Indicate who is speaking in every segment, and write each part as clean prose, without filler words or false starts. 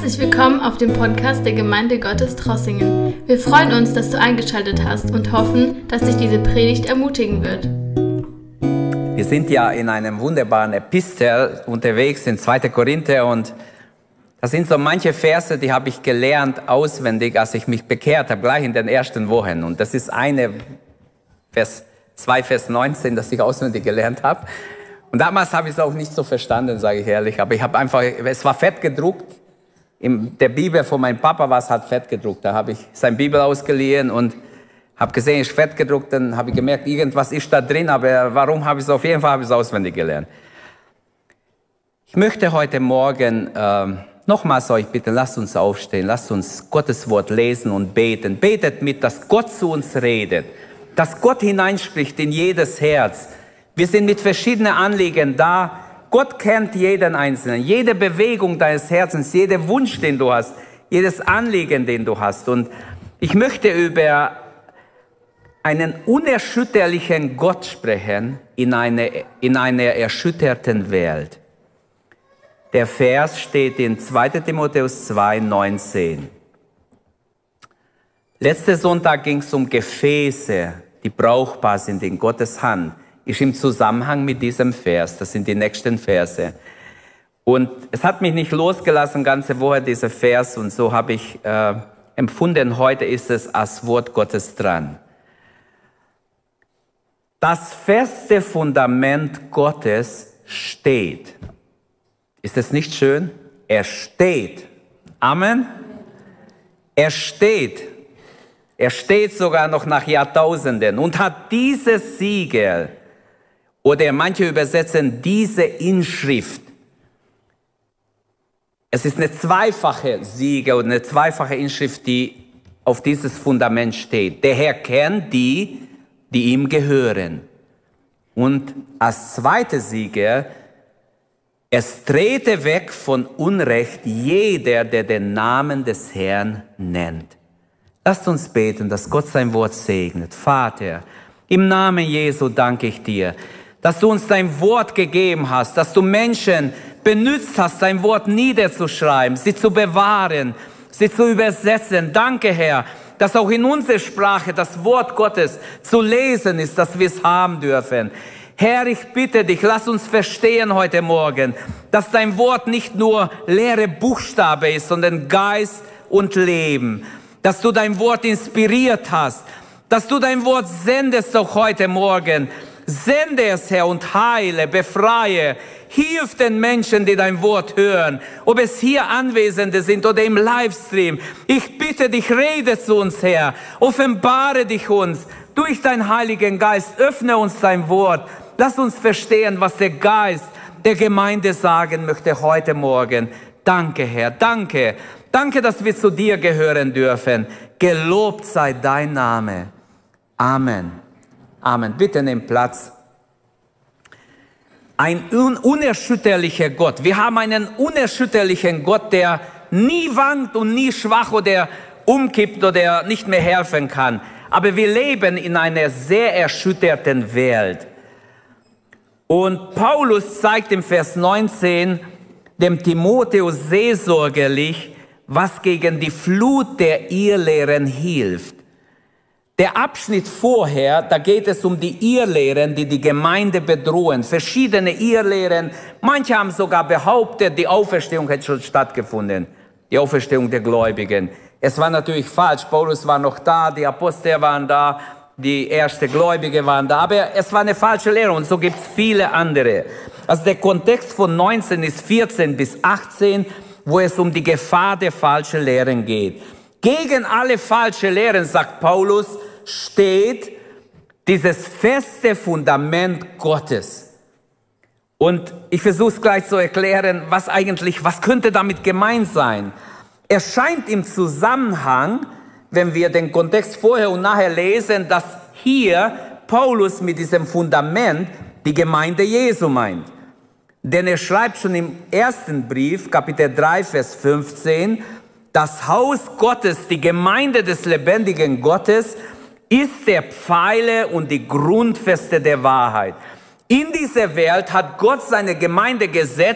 Speaker 1: Herzlich willkommen auf dem Podcast der Gemeinde Gottes Trossingen. Wir freuen uns, dass du eingeschaltet hast und hoffen, dass dich diese Predigt ermutigen wird.
Speaker 2: Wir sind ja in einem wunderbaren Epistel unterwegs in 2. Korinther und das sind so manche Verse, die habe ich gelernt auswendig, als ich mich bekehrt habe, gleich in den ersten Wochen. Und das ist Vers 19, das ich auswendig gelernt habe. Und damals habe ich es auch nicht so verstanden, sage ich ehrlich. Aber es war fett gedruckt. In der Bibel von meinem Papa war es halt fett gedruckt. Da habe ich seine Bibel ausgeliehen und habe gesehen, es ist fett gedruckt. Dann habe ich gemerkt, irgendwas ist da drin. Aber warum habe ich es auf jeden Fall auswendig gelernt? Ich möchte heute Morgen nochmals euch bitten, lasst uns aufstehen. Lasst uns Gottes Wort lesen und beten. Betet mit, dass Gott zu uns redet. Dass Gott hineinspricht in jedes Herz. Wir sind mit verschiedenen Anliegen da. Gott kennt jeden Einzelnen, jede Bewegung deines Herzens, jeden Wunsch, den du hast, jedes Anliegen, den du hast. Und ich möchte über einen unerschütterlichen Gott sprechen in einer erschütterten Welt. Der Vers steht in 2. Timotheus 2,19. Letzten Sonntag ging es um Gefäße, die brauchbar sind in Gottes Hand. Ist im Zusammenhang mit diesem Vers. Das sind die nächsten Verse. Und es hat mich nicht losgelassen, ganze Woche dieser Vers. Und so habe ich empfunden, heute ist es als Wort Gottes dran. Das feste Fundament Gottes steht. Ist es nicht schön? Er steht. Amen. Er steht. Er steht sogar noch nach Jahrtausenden und hat dieses Siegel. Oder manche übersetzen diese Inschrift. Es ist eine zweifache Siegel oder eine zweifache Inschrift, die auf dieses Fundament steht. Der Herr kennt die ihm gehören. Und als zweite Siegel, es trete weg von Unrecht jeder, der den Namen des Herrn nennt. Lasst uns beten, dass Gott sein Wort segnet. Vater, im Namen Jesu danke ich dir, dass du uns dein Wort gegeben hast, dass du Menschen benutzt hast, dein Wort niederzuschreiben, sie zu bewahren, sie zu übersetzen. Danke, Herr, dass auch in unserer Sprache das Wort Gottes zu lesen ist, dass wir es haben dürfen. Herr, ich bitte dich, lass uns verstehen heute Morgen, dass dein Wort nicht nur leere Buchstabe ist, sondern Geist und Leben. Dass du dein Wort inspiriert hast, dass du dein Wort sendest auch heute Morgen. Sende es, Herr, und heile, befreie, hilf den Menschen, die dein Wort hören, ob es hier Anwesende sind oder im Livestream. Ich bitte dich, rede zu uns, Herr, offenbare dich uns durch deinen Heiligen Geist, öffne uns dein Wort, lass uns verstehen, was der Geist der Gemeinde sagen möchte heute Morgen. Danke, Herr, danke. Danke, dass wir zu dir gehören dürfen. Gelobt sei dein Name. Amen. Amen. Bitte nehmt Platz. Ein unerschütterlicher Gott. Wir haben einen unerschütterlichen Gott, der nie wankt und nie schwach oder umkippt oder nicht mehr helfen kann. Aber wir leben in einer sehr erschütterten Welt. Und Paulus zeigt im Vers 19 dem Timotheus seelsorgerlich, was gegen die Flut der Irrlehren hilft. Der Abschnitt vorher, da geht es um die Irrlehren, die die Gemeinde bedrohen. Verschiedene Irrlehren. Manche haben sogar behauptet, die Auferstehung hätte schon stattgefunden. Die Auferstehung der Gläubigen. Es war natürlich falsch. Paulus war noch da, die Apostel waren da, die ersten Gläubige waren da. Aber es war eine falsche Lehre und so gibt es viele andere. Also der Kontext von 19 ist 14 bis 18, wo es um die Gefahr der falschen Lehren geht. Gegen alle falsche Lehren, sagt Paulus, steht dieses feste Fundament Gottes. Und ich versuche es gleich zu erklären, was könnte damit gemeint sein. Es scheint im Zusammenhang, wenn wir den Kontext vorher und nachher lesen, dass hier Paulus mit diesem Fundament die Gemeinde Jesu meint. Denn er schreibt schon im ersten Brief, Kapitel 3, Vers 15, das Haus Gottes, die Gemeinde des lebendigen Gottes, ist der Pfeiler und die Grundfeste der Wahrheit. In dieser Welt hat Gott seine Gemeinde gesetzt,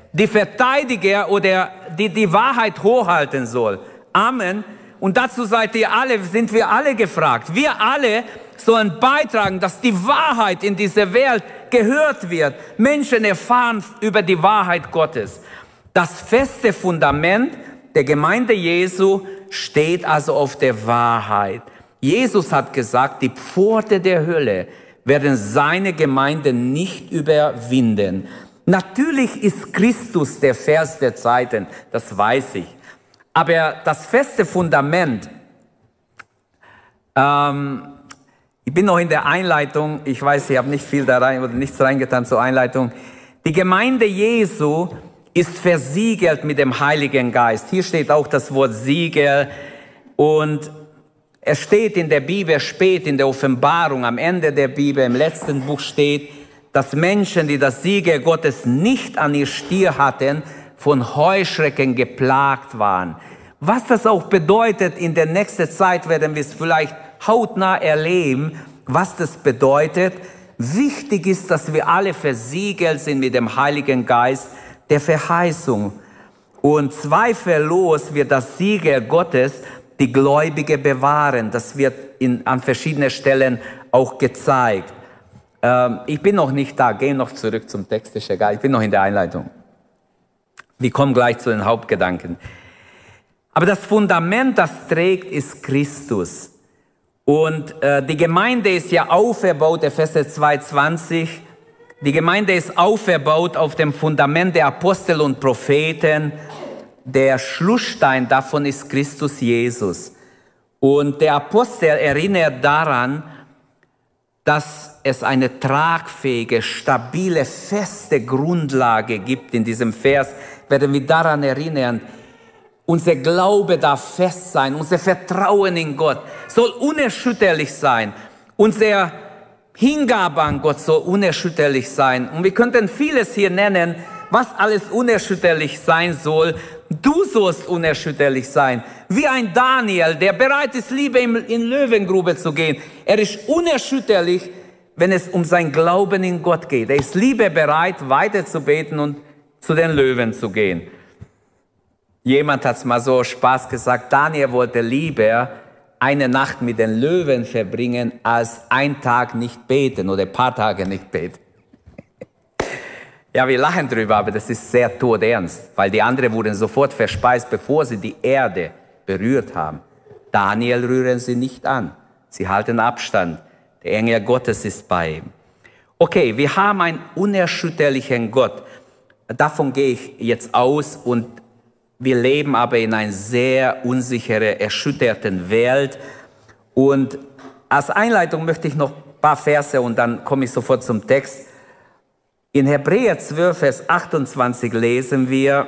Speaker 2: die Verteidiger oder die Wahrheit hochhalten soll. Amen. Und dazu sind wir alle gefragt. Wir alle sollen beitragen, dass die Wahrheit in dieser Welt gehört wird. Menschen erfahren über die Wahrheit Gottes. Das feste Fundament der Gemeinde Jesu steht also auf der Wahrheit. Jesus hat gesagt, die Pforte der Hölle werden seine Gemeinde nicht überwinden. Natürlich ist Christus der Vers der Zeiten, das weiß ich. Aber das feste Fundament, ich bin noch in der Einleitung, ich weiß, ich habe nicht viel da rein oder nichts reingetan zur Einleitung. Die Gemeinde Jesu ist versiegelt mit dem Heiligen Geist. Hier steht auch das Wort Siegel und es steht in der Bibel spät in der Offenbarung, am Ende der Bibel, im letzten Buch steht, dass Menschen, die das Siegel Gottes nicht an ihr Stirn hatten, von Heuschrecken geplagt waren. Was das auch bedeutet, in der nächsten Zeit werden wir es vielleicht hautnah erleben, was das bedeutet. Wichtig ist, dass wir alle versiegelt sind mit dem Heiligen Geist der Verheißung. Und zweifellos wird das Siegel Gottes die Gläubige bewahren. Das wird an verschiedenen Stellen auch gezeigt. Ich bin noch nicht da, gehen noch zurück zum Text, ist egal, ich bin noch in der Einleitung. Wir kommen gleich zu den Hauptgedanken. Aber das Fundament, das trägt, ist Christus. Und die Gemeinde ist ja aufgebaut, Epheser 2,20, die Gemeinde ist aufgebaut auf dem Fundament der Apostel und Propheten. Der Schlussstein davon ist Christus Jesus. Und der Apostel erinnert daran, dass es eine tragfähige, stabile, feste Grundlage gibt. In diesem Vers werden wir daran erinnern, unser Glaube darf fest sein, unser Vertrauen in Gott soll unerschütterlich sein, unser Hingabe an Gott soll unerschütterlich sein. Und wir könnten vieles hier nennen, was alles unerschütterlich sein soll. Du sollst unerschütterlich sein, wie ein Daniel, der bereit ist, lieber in Löwengrube zu gehen. Er ist unerschütterlich, wenn es um sein Glauben in Gott geht. Er ist lieber bereit, weiter zu beten und zu den Löwen zu gehen. Jemand hat es mal so Spaß gesagt, Daniel wollte lieber eine Nacht mit den Löwen verbringen, als einen Tag nicht beten oder ein paar Tage nicht beten. Ja, wir lachen drüber, aber das ist sehr todernst, weil die anderen wurden sofort verspeist, bevor sie die Erde berührt haben. Daniel rühren sie nicht an. Sie halten Abstand. Der Engel Gottes ist bei ihm. Okay, wir haben einen unerschütterlichen Gott. Davon gehe ich jetzt aus und wir leben aber in einer sehr unsicheren, erschütterten Welt. Und als Einleitung möchte ich noch ein paar Verse und dann komme ich sofort zum Text. In Hebräer 12, Vers 28 lesen wir,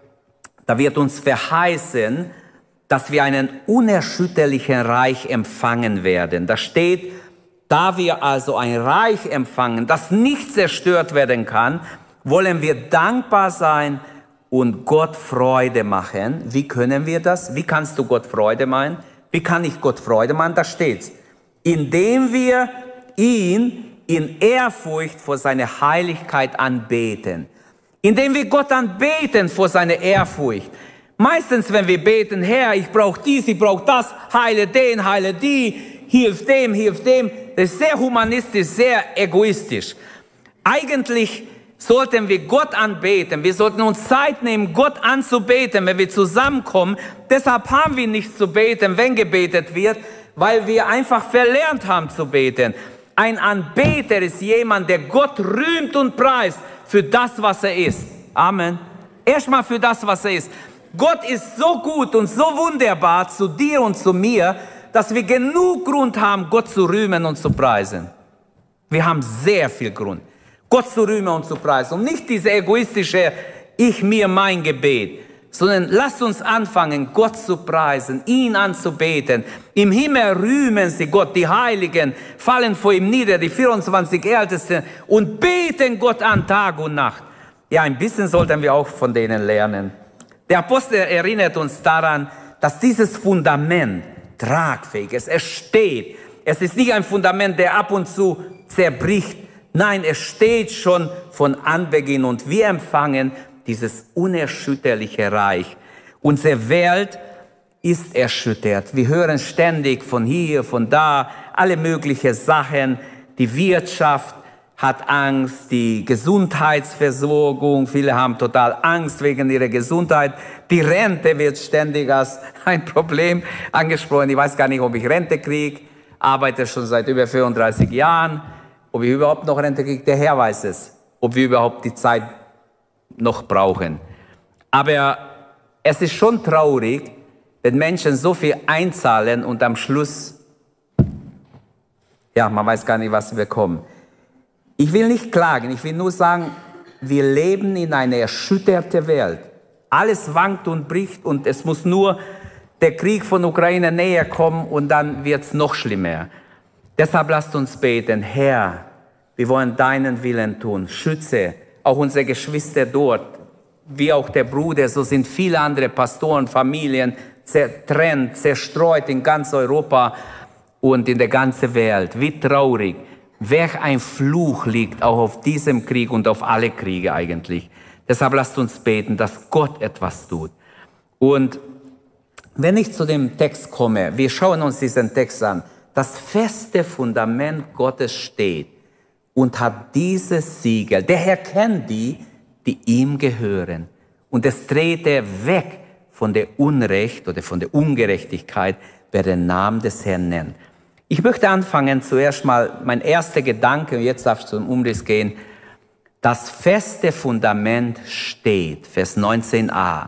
Speaker 2: da wird uns verheißen, dass wir einen unerschütterlichen Reich empfangen werden. Da steht, da wir also ein Reich empfangen, das nicht zerstört werden kann, wollen wir dankbar sein und Gott Freude machen. Wie können wir das? Wie kannst du Gott Freude machen? Wie kann ich Gott Freude machen? Da steht's. Indem wir ihn in Ehrfurcht vor seiner Heiligkeit anbeten. Indem wir Gott anbeten vor seiner Ehrfurcht. Meistens, wenn wir beten, Herr, ich brauche dies, ich brauche das, heile den, heile die, hilf dem, das ist sehr humanistisch, sehr egoistisch. Eigentlich sollten wir Gott anbeten. Wir sollten uns Zeit nehmen, Gott anzubeten, wenn wir zusammenkommen. Deshalb haben wir nichts zu beten, wenn gebetet wird, weil wir einfach verlernt haben zu beten. Ein Anbeter ist jemand, der Gott rühmt und preist für das, was er ist. Amen. Erstmal für das, was er ist. Gott ist so gut und so wunderbar zu dir und zu mir, dass wir genug Grund haben, Gott zu rühmen und zu preisen. Wir haben sehr viel Grund, Gott zu rühmen und zu preisen. Und nicht diese egoistische Ich, mir, mein Gebet, sondern lasst uns anfangen, Gott zu preisen, ihn anzubeten. Im Himmel rühmen sie Gott, die Heiligen fallen vor ihm nieder, die 24 Ältesten, und beten Gott an Tag und Nacht. Ja, ein bisschen sollten wir auch von denen lernen. Der Apostel erinnert uns daran, dass dieses Fundament tragfähig ist. Es steht. Es ist nicht ein Fundament, der ab und zu zerbricht. Nein, es steht schon von Anbeginn und wir empfangen dieses unerschütterliche Reich. Unsere Welt ist erschüttert. Wir hören ständig von hier, von da, alle möglichen Sachen. Die Wirtschaft hat Angst, die Gesundheitsversorgung, viele haben total Angst wegen ihrer Gesundheit. Die Rente wird ständig als ein Problem angesprochen. Ich weiß gar nicht, ob ich Rente kriege, arbeite schon seit über 34 Jahren. Ob ich überhaupt noch Rente kriege, der Herr weiß es. Ob wir überhaupt die Zeit noch brauchen. Aber es ist schon traurig, wenn Menschen so viel einzahlen und am Schluss, ja, man weiß gar nicht, was sie bekommen. Ich will nicht klagen, ich will nur sagen, wir leben in einer erschütterten Welt. Alles wankt und bricht und es muss nur der Krieg von Ukraine näher kommen und dann wird es noch schlimmer. Deshalb lasst uns beten, Herr, wir wollen deinen Willen tun. Schütze auch unsere Geschwister dort, wie auch der Bruder, so sind viele andere Pastoren, Familien zertrennt, zerstreut in ganz Europa und in der ganzen Welt. Wie traurig. Welch ein Fluch liegt auch auf diesem Krieg und auf alle Kriege eigentlich. Deshalb lasst uns beten, dass Gott etwas tut. Und wenn ich zu dem Text komme, wir schauen uns diesen Text an. Das feste Fundament Gottes steht und hat dieses Siegel. Der Herr kennt die ihm gehören. Und es dreht er weg von der Unrecht oder von der Ungerechtigkeit, wer den Namen des Herrn nennt. Ich möchte anfangen, zuerst mal mein erster Gedanke, und jetzt darf ich zum Umriss gehen. Das feste Fundament steht, Vers 19a.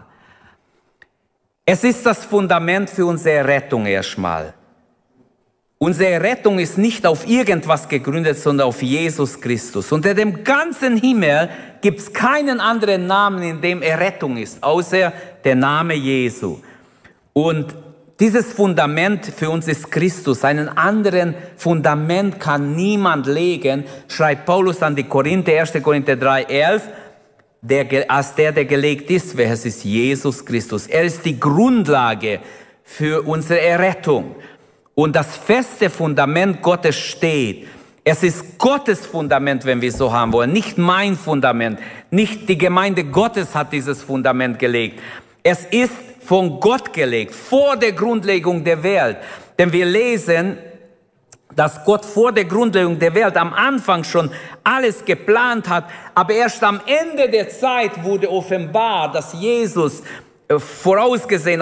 Speaker 2: Es ist das Fundament für unsere Rettung erstmal. Unsere Rettung ist nicht auf irgendwas gegründet, sondern auf Jesus Christus. Unter dem ganzen Himmel gibt es keinen anderen Namen, in dem Errettung ist, außer der Name Jesu. Und dieses Fundament für uns ist Christus. Einen anderen Fundament kann niemand legen, schreibt Paulus an die Korinther, 1. Korinther 3,11, als der gelegt ist, welches ist Jesus Christus. Er ist die Grundlage für unsere Errettung. Und das feste Fundament Gottes steht. Es ist Gottes Fundament, wenn wir es so haben wollen, nicht mein Fundament. Nicht die Gemeinde Gottes hat dieses Fundament gelegt. Es ist von Gott gelegt, vor der Grundlegung der Welt. Denn wir lesen, dass Gott vor der Grundlegung der Welt am Anfang schon alles geplant hat, aber erst am Ende der Zeit wurde offenbar, dass Jesus vorausgesehen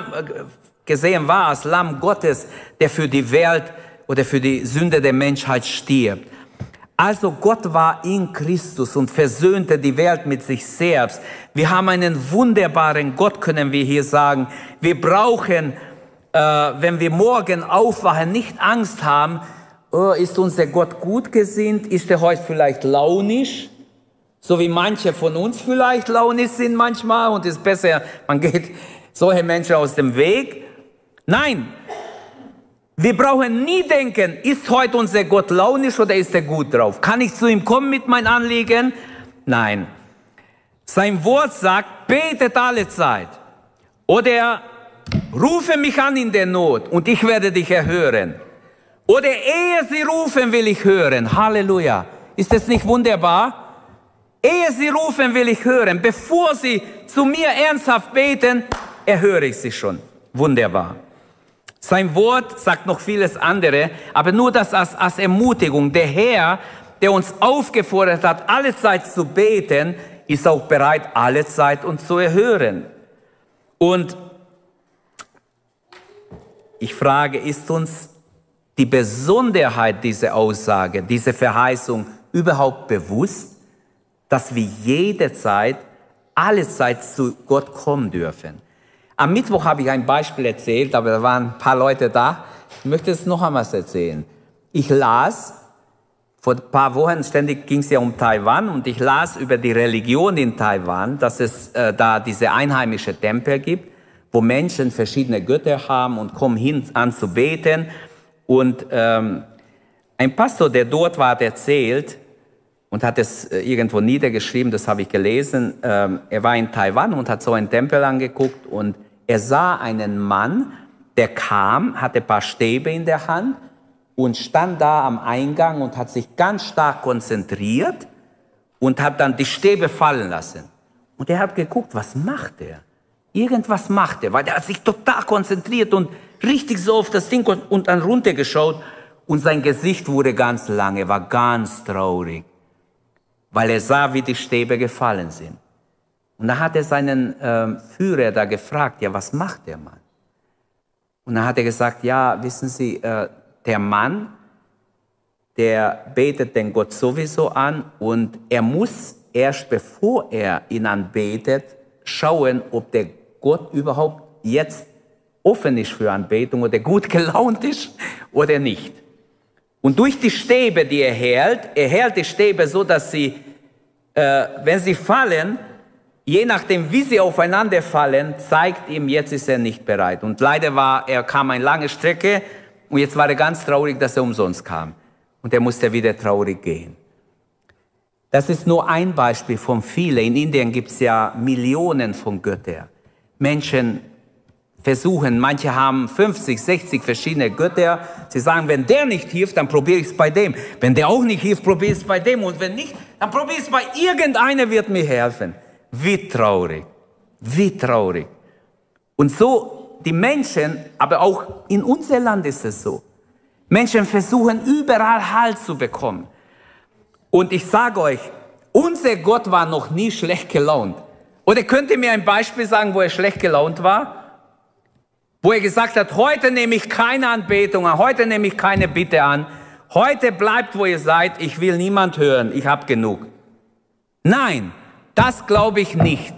Speaker 2: war als Lamm Gottes, der für die Welt oder für die Sünde der Menschheit stirbt. Also Gott war in Christus und versöhnte die Welt mit sich selbst. Wir haben einen wunderbaren Gott, können wir hier sagen. Wir brauchen, wenn wir morgen aufwachen, nicht Angst haben, ist unser Gott gut gesinnt, ist er heute vielleicht launisch, so wie manche von uns vielleicht launisch sind manchmal und ist besser, man geht solche Menschen aus dem Weg. Nein, wir brauchen nie denken, ist heute unser Gott launisch oder ist er gut drauf? Kann ich zu ihm kommen mit meinem Anliegen? Nein. Sein Wort sagt, betet alle Zeit. Oder rufe mich an in der Not und ich werde dich erhören. Oder ehe sie rufen, will ich hören. Halleluja. Ist das nicht wunderbar? Ehe sie rufen, will ich hören. Bevor sie zu mir ernsthaft beten, erhöre ich sie schon. Wunderbar. Sein Wort sagt noch vieles andere, aber nur das als Ermutigung. Der Herr, der uns aufgefordert hat, alle Zeit zu beten, ist auch bereit, alle Zeit uns zu erhören. Und ich frage, ist uns die Besonderheit dieser Aussage, dieser Verheißung überhaupt bewusst, dass wir jederzeit, alle Zeit zu Gott kommen dürfen? Am Mittwoch habe ich ein Beispiel erzählt, aber da waren ein paar Leute da. Ich möchte es noch einmal erzählen. Ich las, vor ein paar Wochen ständig ging es ja um Taiwan, und ich las über die Religion in Taiwan, dass es da diese einheimische Tempel gibt, wo Menschen verschiedene Götter haben und kommen hin an zu beten. Und ein Pastor, der dort war, hat erzählt und hat es irgendwo niedergeschrieben, das habe ich gelesen. Er war in Taiwan und hat so einen Tempel angeguckt und er sah einen Mann, der kam, hatte ein paar Stäbe in der Hand und stand da am Eingang und hat sich ganz stark konzentriert und hat dann die Stäbe fallen lassen. Und er hat geguckt, was macht er? Irgendwas macht er, weil er hat sich total konzentriert und richtig so auf das Ding und dann runtergeschaut. Und sein Gesicht wurde ganz lang, er war ganz traurig, weil er sah, wie die Stäbe gefallen sind. Und da hat er seinen Führer da gefragt, ja, was macht der Mann? Und dann hat er gesagt, ja, wissen Sie, der Mann, der betet den Gott sowieso an und er muss erst, bevor er ihn anbetet, schauen, ob der Gott überhaupt jetzt offen ist für Anbetung oder gut gelaunt ist oder nicht. Und durch die Stäbe, die er hält die Stäbe so, dass sie, wenn sie fallen, je nachdem, wie sie aufeinander fallen, zeigt ihm, jetzt ist er nicht bereit. Und leider kam eine lange Strecke und jetzt war er ganz traurig, dass er umsonst kam. Und er musste wieder traurig gehen. Das ist nur ein Beispiel von vielen. In Indien gibt es ja Millionen von Göttern. Menschen versuchen, manche haben 50, 60 verschiedene Götter. Sie sagen, wenn der nicht hilft, dann probiere ich es bei dem. Wenn der auch nicht hilft, probiere ich es bei dem. Und wenn nicht, dann probiere ich es bei irgendeiner, wird mir helfen. Wie traurig, wie traurig. Und so die Menschen, aber auch in unserem Land ist es so. Menschen versuchen überall Halt zu bekommen. Und ich sage euch, unser Gott war noch nie schlecht gelaunt. Oder könnt ihr mir ein Beispiel sagen, wo er schlecht gelaunt war? Wo er gesagt hat, heute nehme ich keine Anbetung an, heute nehme ich keine Bitte an. Heute bleibt, wo ihr seid, ich will niemand hören, ich habe genug. Nein, das glaube ich nicht.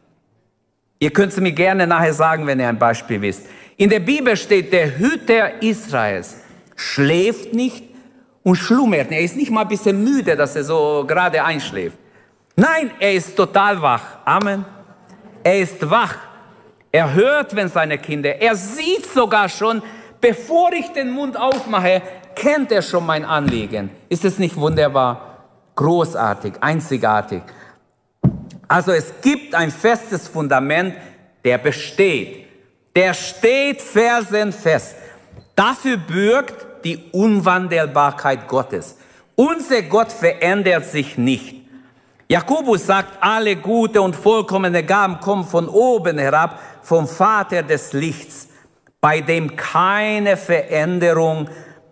Speaker 2: Ihr könnt es mir gerne nachher sagen, wenn ihr ein Beispiel wisst. In der Bibel steht, der Hüter Israels schläft nicht und schlummert. Er ist nicht mal ein bisschen müde, dass er so gerade einschläft. Nein, er ist total wach. Amen. Er ist wach. Er hört, wenn seine Kinder, er sieht sogar schon, bevor ich den Mund aufmache, kennt er schon mein Anliegen. Ist es nicht wunderbar? Großartig, einzigartig. Also es gibt ein festes Fundament, der besteht. Der steht felsenfest. Dafür bürgt die Unwandelbarkeit Gottes. Unser Gott verändert sich nicht. Jakobus sagt, alle gute und vollkommene Gaben kommen von oben herab, vom Vater des Lichts, bei dem keine Veränderung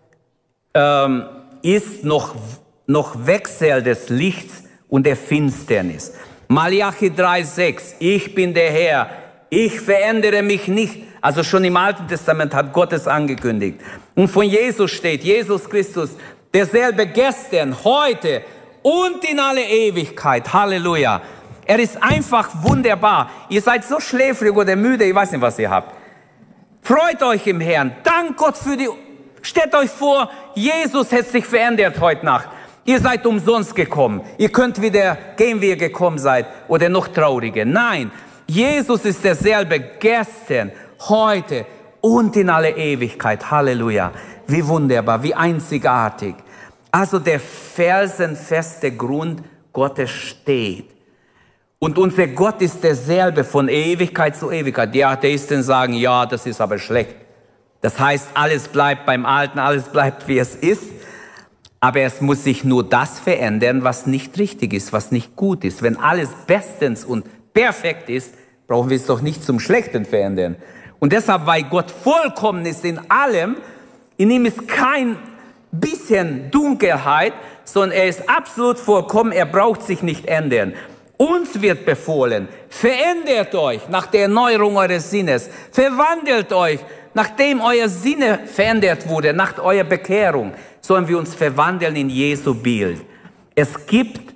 Speaker 2: ist, noch Wechsel des Lichts und der Finsternis. Malachi 3,6, ich bin der Herr, ich verändere mich nicht. Also schon im Alten Testament hat Gott es angekündigt. Und von Jesus steht, Jesus Christus, derselbe gestern, heute und in alle Ewigkeit. Halleluja. Er ist einfach wunderbar. Ihr seid so schläfrig oder müde, ich weiß nicht, was ihr habt. Freut euch im Herrn. Dank Gott für die... Stellt euch vor, Jesus hat sich verändert heute Nacht. Ihr seid umsonst gekommen. Ihr könnt wieder gehen, wie ihr gekommen seid. Oder noch trauriger. Nein, Jesus ist derselbe gestern, heute und in alle Ewigkeit. Halleluja. Wie wunderbar, wie einzigartig. Also der felsenfeste Grund Gottes steht. Und unser Gott ist derselbe von Ewigkeit zu Ewigkeit. Die Atheisten sagen, ja, das ist aber schlecht. Das heißt, alles bleibt beim Alten, alles bleibt, wie es ist. Aber es muss sich nur das verändern, was nicht richtig ist, was nicht gut ist. Wenn alles bestens und perfekt ist, brauchen wir es doch nicht zum Schlechten verändern. Und deshalb, weil Gott vollkommen ist in allem, in ihm ist kein bisschen Dunkelheit, sondern er ist absolut vollkommen, er braucht sich nicht ändern. Uns wird befohlen, verändert euch nach der Erneuerung eures Sinnes, verwandelt euch, nachdem euer Sinne verändert wurde, nach eurer Bekehrung, sollen wir uns verwandeln in Jesu Bild. Es gibt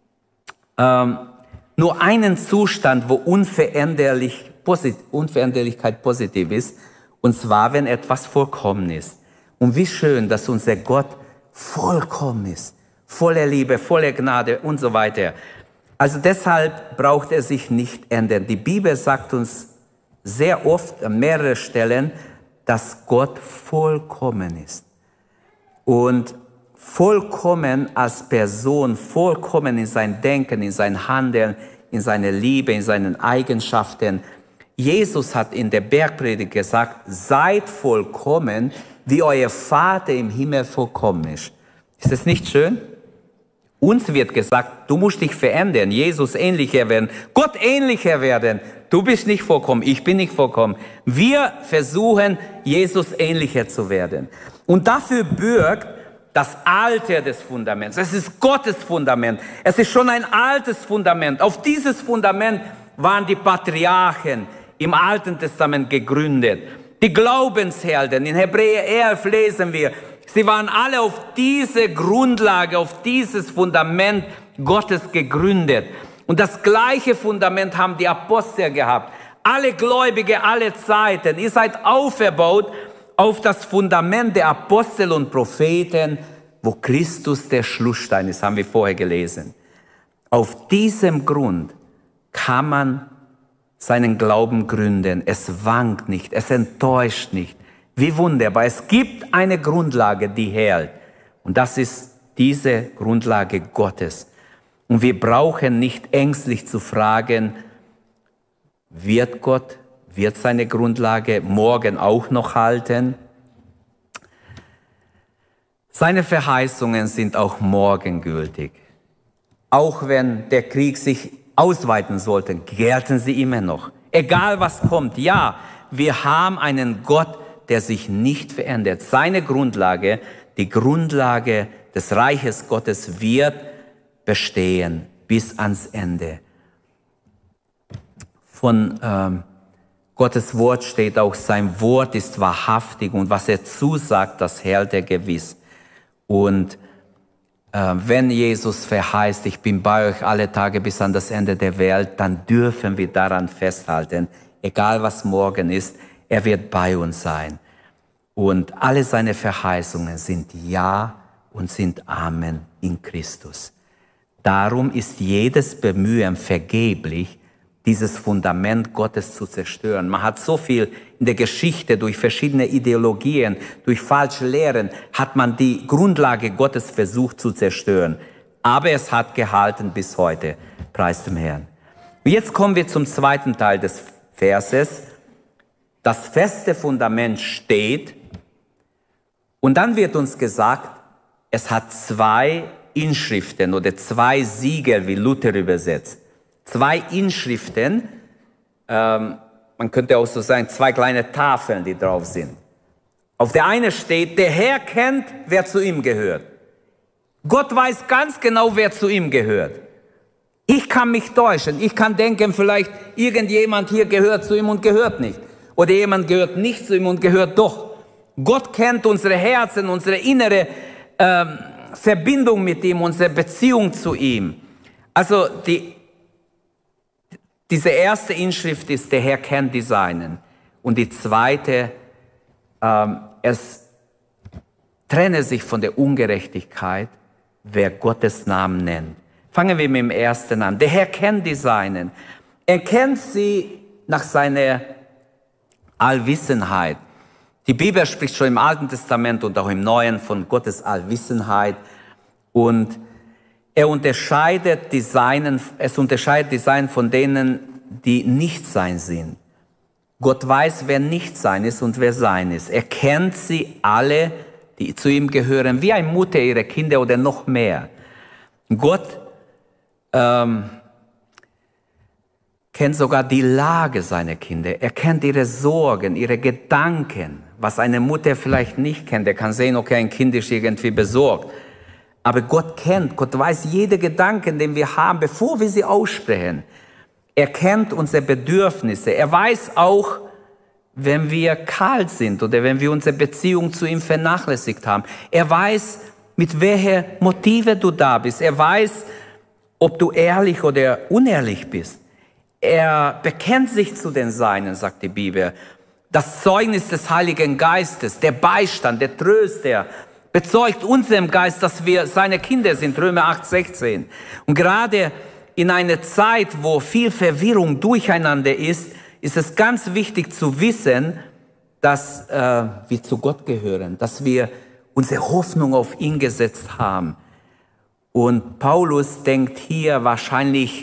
Speaker 2: nur einen Zustand, wo Unveränderlichkeit positiv ist, und zwar, wenn etwas vollkommen ist. Und wie schön, dass unser Gott vollkommen ist, voller Liebe, voller Gnade und so weiter. Also deshalb braucht er sich nicht ändern. Die Bibel sagt uns sehr oft an mehreren Stellen, dass Gott vollkommen ist. Und vollkommen als Person, vollkommen in sein Denken, in sein Handeln, in seiner Liebe, in seinen Eigenschaften. Jesus hat in der Bergpredigt gesagt, seid vollkommen, wie euer Vater im Himmel vollkommen ist. Ist das nicht schön? Uns wird gesagt, du musst dich verändern, Jesus ähnlicher werden, Gott ähnlicher werden. Du bist nicht vollkommen, ich bin nicht vollkommen. Wir versuchen, Jesus ähnlicher zu werden. Und dafür bürgt das Alter des Fundaments. Es ist Gottes Fundament. Es ist schon ein altes Fundament. Auf dieses Fundament waren die Patriarchen im Alten Testament gegründet. Die Glaubenshelden, in Hebräer 11 lesen wir, sie waren alle auf diese Grundlage, auf dieses Fundament Gottes gegründet. Und das gleiche Fundament haben die Apostel gehabt. Alle Gläubige, alle Zeiten. Ihr seid auferbaut auf das Fundament der Apostel und Propheten, wo Christus der Schlussstein ist, haben wir vorher gelesen. Auf diesem Grund kann man seinen Glauben gründen. Es wankt nicht, es enttäuscht nicht. Wie wunderbar. Es gibt eine Grundlage, die hält. Und das ist diese Grundlage Gottes. Und wir brauchen nicht ängstlich zu fragen, wird Gott, wird seine Grundlage morgen auch noch halten? Seine Verheißungen sind auch morgen gültig. Auch wenn der Krieg sich ausweiten sollte, gelten sie immer noch. Egal was kommt, ja, wir haben einen Gott, der sich nicht verändert. Seine Grundlage, die Grundlage des Reiches Gottes wird bestehen bis ans Ende. Von Gottes Wort steht auch, sein Wort ist wahrhaftig und was er zusagt, das hält er gewiss. Und wenn Jesus verheißt, ich bin bei euch alle Tage bis an das Ende der Welt, dann dürfen wir daran festhalten, egal was morgen ist, er wird bei uns sein. Und alle seine Verheißungen sind Ja und sind Amen in Christus. Darum ist jedes Bemühen vergeblich, dieses Fundament Gottes zu zerstören. Man hat so viel in der Geschichte durch verschiedene Ideologien, durch falsche Lehren, hat man die Grundlage Gottes versucht zu zerstören. Aber es hat gehalten bis heute. Preis dem Herrn. Und jetzt kommen wir zum zweiten Teil des Verses. Das feste Fundament steht. Und dann wird uns gesagt, es hat zwei Inschriften oder zwei Siegel, wie Luther übersetzt. Zwei Inschriften, man könnte auch so sagen, zwei kleine Tafeln, die drauf sind. Auf der einen steht, der Herr kennt, wer zu ihm gehört. Gott weiß ganz genau, wer zu ihm gehört. Ich kann mich täuschen, ich kann denken, vielleicht irgendjemand hier gehört zu ihm und gehört nicht. Oder jemand gehört nicht zu ihm und gehört doch. Gott kennt unsere Herzen, unsere innere Verbindung mit ihm, unsere Beziehung zu ihm. Also diese erste Inschrift ist, der Herr kennt die Seinen. Und die zweite, es trenne sich von der Ungerechtigkeit, wer Gottes Namen nennt. Fangen wir mit dem ersten an. Der Herr kennt die Seinen. Er kennt sie nach seiner Allwissenheit. Die Bibel spricht schon im Alten Testament und auch im Neuen von Gottes Allwissenheit. Und es unterscheidet die Seinen von denen, die nicht sein sind. Gott weiß, wer nicht sein ist und wer sein ist. Er kennt sie alle, die zu ihm gehören, wie eine Mutter ihre Kinder oder noch mehr. Gott kennt sogar die Lage seiner Kinder. Er kennt ihre Sorgen, ihre Gedanken, was eine Mutter vielleicht nicht kennt. Er kann sehen, okay, ein Kind ist irgendwie besorgt. Aber Gott weiß jede Gedanken, den wir haben, bevor wir sie aussprechen. Er kennt unsere Bedürfnisse. Er weiß auch, wenn wir kalt sind oder wenn wir unsere Beziehung zu ihm vernachlässigt haben. Er weiß, mit welchen Motiven du da bist. Er weiß, ob du ehrlich oder unehrlich bist. Er bekennt sich zu den Seinen, sagt die Bibel. Das Zeugnis des Heiligen Geistes, der Beistand, der Tröster, bezeugt unserem Geist, dass wir seine Kinder sind, Römer 8,16. Und gerade in einer Zeit, wo viel Verwirrung durcheinander ist, ist es ganz wichtig zu wissen, dass wir zu Gott gehören, dass wir unsere Hoffnung auf ihn gesetzt haben. Und Paulus denkt hier wahrscheinlich,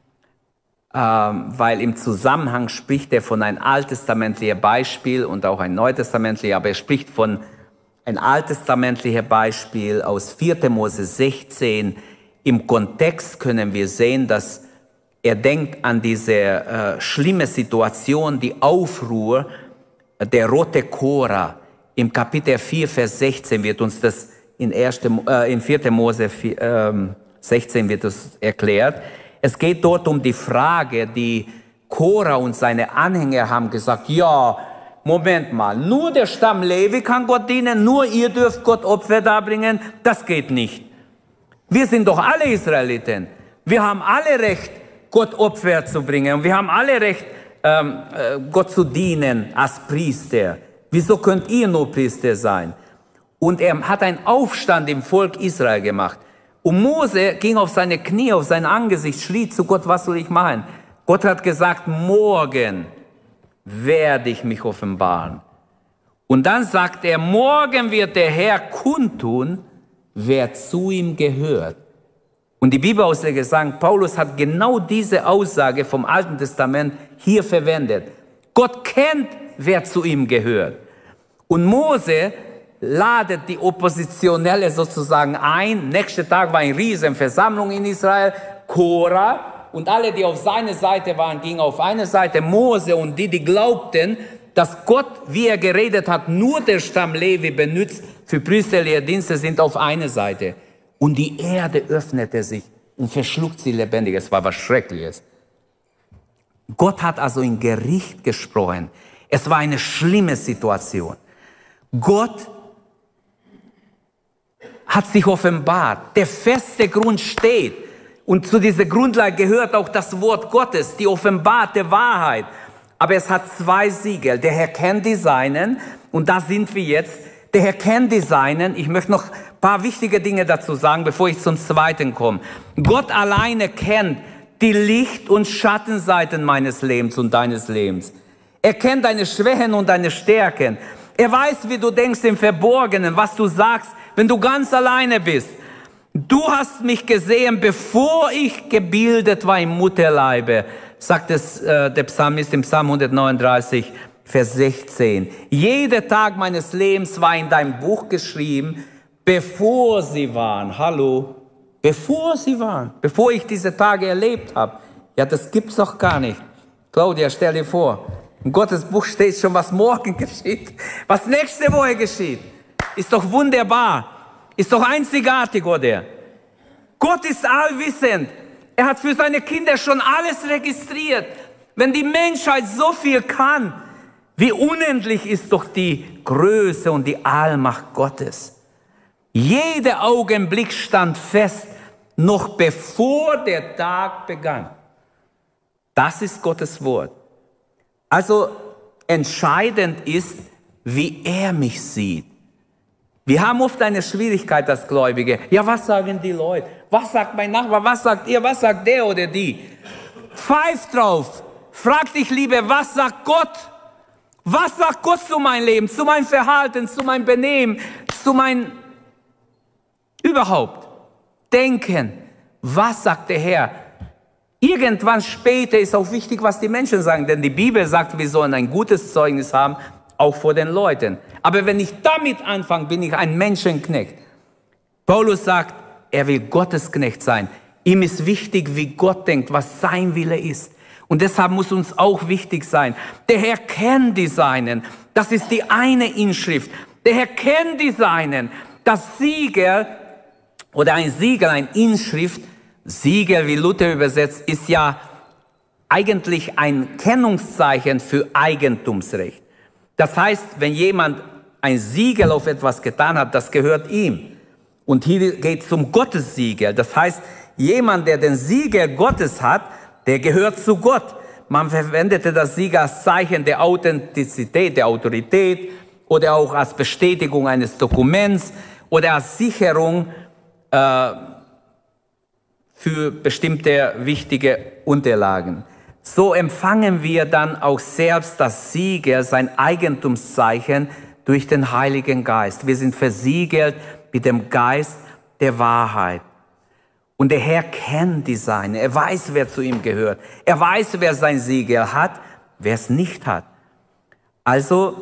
Speaker 2: weil im Zusammenhang spricht er von einem alttestamentlichen Beispiel und auch ein neutestamentliches, aber er spricht von ein alttestamentliches Beispiel aus 4. Mose 16. im Kontext können wir sehen, dass er denkt an diese schlimme Situation, die Aufruhr der rote Korah. Im Kapitel 4, Vers 16 wird uns das in 4. Mose 16 wird das erklärt. Es geht dort um die Frage, die Korah und seine Anhänger haben gesagt, ja, Moment mal, nur der Stamm Levi kann Gott dienen, nur ihr dürft Gott Opfer darbringen, das geht nicht. Wir sind doch alle Israeliten. Wir haben alle Recht, Gott Opfer zu bringen. Und wir haben alle Recht, Gott zu dienen als Priester. Wieso könnt ihr nur Priester sein? Und er hat einen Aufstand im Volk Israel gemacht. Und Mose ging auf seine Knie, auf sein Angesicht, schrie zu Gott, was soll ich machen? Gott hat gesagt, morgen werde ich mich offenbaren. Und dann sagt er, morgen wird der Herr kundtun, wer zu ihm gehört. Und die Bibelausleger sagen, Paulus hat genau diese Aussage vom Alten Testament hier verwendet. Gott kennt, wer zu ihm gehört. Und Mose ladet die Oppositionelle sozusagen ein. Nächster Tag war eine riesen Versammlung in Israel. Korah und alle, die auf seiner Seite waren, gingen auf eine Seite. Mose und die glaubten, dass Gott, wie er geredet hat, nur der Stamm Levi benutzt für priesterliche Dienste, sind auf einer Seite. Und die Erde öffnete sich und verschluckt sie lebendig. Es war was Schreckliches. Gott hat also in Gericht gesprochen. Es war eine schlimme Situation. Gott hat sich offenbart. Der feste Grund steht. Und zu dieser Grundlage gehört auch das Wort Gottes, die offenbarte Wahrheit. Aber es hat zwei Siegel. Der Herr kennt die Seinen. Und da sind wir jetzt. Der Herr kennt die Seinen. Ich möchte noch ein paar wichtige Dinge dazu sagen, bevor ich zum zweiten komme. Gott alleine kennt die Licht- und Schattenseiten meines Lebens und deines Lebens. Er kennt deine Schwächen und deine Stärken. Er weiß, wie du denkst im Verborgenen, was du sagst, wenn du ganz alleine bist. Du hast mich gesehen, bevor ich gebildet war im Mutterleibe, sagt es der Psalmist im Psalm 139, Vers 16. Jeder Tag meines Lebens war in deinem Buch geschrieben, bevor sie waren. Hallo, bevor sie waren, bevor ich diese Tage erlebt habe. Ja, das gibt's doch gar nicht. Claudia, stell dir vor, in Gottes Buch steht schon, was morgen geschieht, was nächste Woche geschieht. Ist doch wunderbar. Ist doch einzigartig, oder? Gott ist allwissend. Er hat für seine Kinder schon alles registriert. Wenn die Menschheit so viel kann, wie unendlich ist doch die Größe und die Allmacht Gottes. Jeder Augenblick stand fest, noch bevor der Tag begann. Das ist Gottes Wort. Also entscheidend ist, wie er mich sieht. Wir haben oft eine Schwierigkeit als Gläubige. Ja, was sagen die Leute? Was sagt mein Nachbar? Was sagt ihr? Was sagt der oder die? Pfeif drauf. Frag dich lieber, was sagt Gott? Was sagt Gott zu meinem Leben, zu meinem Verhalten, zu meinem Benehmen, zu meinem überhaupt Denken? Was sagt der Herr? Irgendwann später ist auch wichtig, was die Menschen sagen, denn die Bibel sagt, wir sollen ein gutes Zeugnis haben, auch vor den Leuten. Aber wenn ich damit anfange, bin ich ein Menschenknecht. Paulus sagt, er will Gottesknecht sein. Ihm ist wichtig, wie Gott denkt, was sein Wille ist. Und deshalb muss uns auch wichtig sein, der Herr kennt die Seinen. Das ist die eine Inschrift. Der Herr kennt die Seinen. Das Siegel oder ein Siegel, ein Inschrift, Siegel, wie Luther übersetzt, ist ja eigentlich ein Kennungszeichen für Eigentumsrecht. Das heißt, wenn jemand ein Siegel auf etwas getan hat, das gehört ihm. Und hier geht es um Gottes Siegel. Das heißt, jemand, der den Siegel Gottes hat, der gehört zu Gott. Man verwendete das Siegel als Zeichen der Authentizität, der Autorität oder auch als Bestätigung eines Dokuments oder als Sicherung für bestimmte wichtige Unterlagen. So empfangen wir dann auch selbst das Siegel, sein Eigentumszeichen durch den Heiligen Geist. Wir sind versiegelt mit dem Geist der Wahrheit. Und der Herr kennt die Seinen. Er weiß, wer zu ihm gehört. Er weiß, wer sein Siegel hat, wer es nicht hat. Also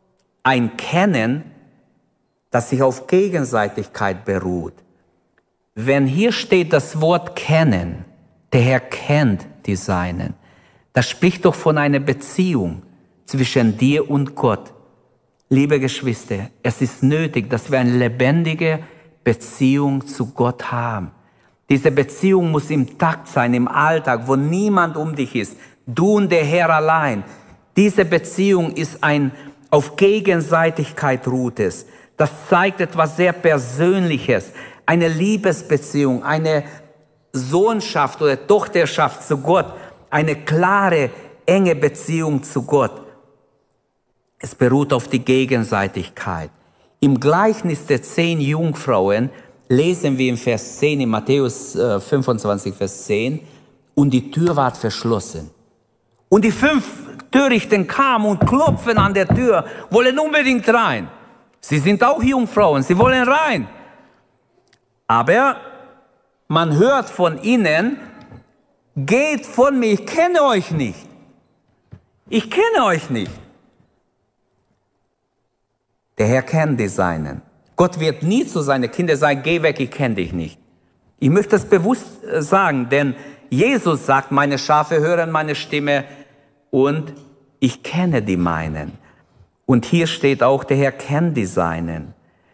Speaker 2: ein Kennen, das sich auf Gegenseitigkeit beruht. wenn hier steht das Wort kennen, der Herr kennt die Seinen, das spricht doch von einer Beziehung zwischen dir und Gott. Liebe Geschwister, es ist nötig, dass wir eine lebendige Beziehung zu Gott haben. Diese Beziehung muss im Takt sein, im Alltag, wo niemand um dich ist. Du und der Herr allein. Diese Beziehung ist auf Gegenseitigkeit ruht es. Das zeigt etwas sehr Persönliches. Eine Liebesbeziehung, eine Sohnschaft oder Tochterschaft zu Gott. Eine klare, enge Beziehung zu Gott. Es beruht auf die Gegenseitigkeit. Im Gleichnis der 10 Jungfrauen lesen wir im Vers 10, in Matthäus 25, Vers 10, und die Tür ward verschlossen. Und die 5 Törichten kamen und klopfen an der Tür, wollen unbedingt rein. Sie sind auch Jungfrauen, sie wollen rein. Aber man hört von ihnen, geht von mir, ich kenne euch nicht. Ich kenne euch nicht. Der Herr kennt die Seinen. Gott wird nie zu seinen Kindern sagen, geh weg, ich kenne dich nicht. Ich möchte das bewusst sagen, denn Jesus sagt, meine Schafe hören meine Stimme und ich kenne die meinen. Und hier steht auch, der Herr kennt die Seinen.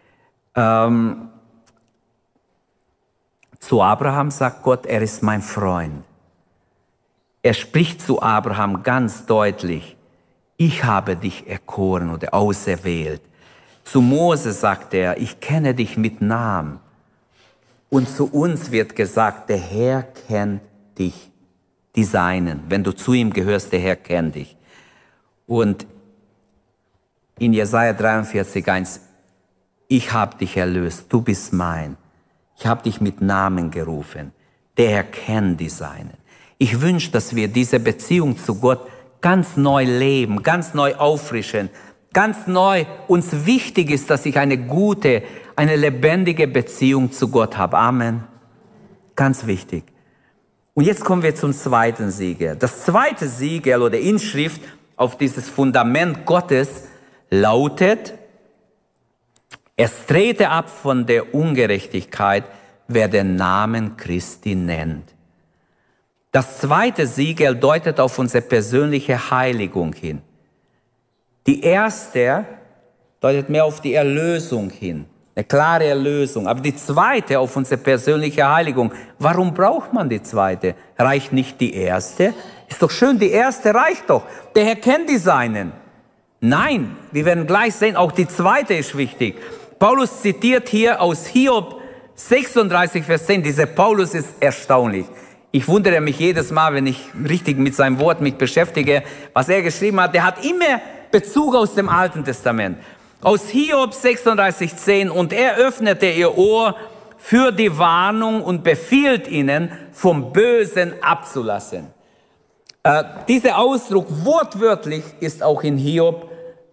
Speaker 2: Zu Abraham sagt Gott, er ist mein Freund. Er spricht zu Abraham ganz deutlich, ich habe dich erkoren oder auserwählt. Zu Mose sagt er, ich kenne dich mit Namen. Und zu uns wird gesagt, der Herr kennt dich, die Seinen. Wenn du zu ihm gehörst, der Herr kennt dich. Und in Jesaja 43,1, ich habe dich erlöst, du bist mein. Ich habe dich mit Namen gerufen. Der Herr kennt die Seinen. Ich wünsche, dass wir diese Beziehung zu Gott ganz neu leben, ganz neu auffrischen, ganz neu uns wichtig ist, dass ich eine gute, eine lebendige Beziehung zu Gott habe. Amen. Ganz wichtig. Und jetzt kommen wir zum zweiten Siegel. Das zweite Siegel oder Inschrift auf dieses Fundament Gottes lautet, es trete ab von der Ungerechtigkeit, wer den Namen Christi nennt. Das zweite Siegel deutet auf unsere persönliche Heiligung hin. Die erste deutet mehr auf die Erlösung hin, eine klare Erlösung. Aber die zweite auf unsere persönliche Heiligung. Warum braucht man die zweite? Reicht nicht die erste? Ist doch schön, die erste reicht doch. Der Herr kennt die Seinen. Nein, wir werden gleich sehen, auch die zweite ist wichtig. Paulus zitiert hier aus Hiob 36, Vers 10. Dieser Paulus ist erstaunlich. Ich wundere mich jedes Mal, wenn ich richtig mit seinem Wort mich beschäftige, was er geschrieben hat. Der hat immer Bezug aus dem Alten Testament. Aus Hiob 36,10, und er öffnete ihr Ohr für die Warnung und befiehlt ihnen, vom Bösen abzulassen. Dieser Ausdruck wortwörtlich ist auch in Hiob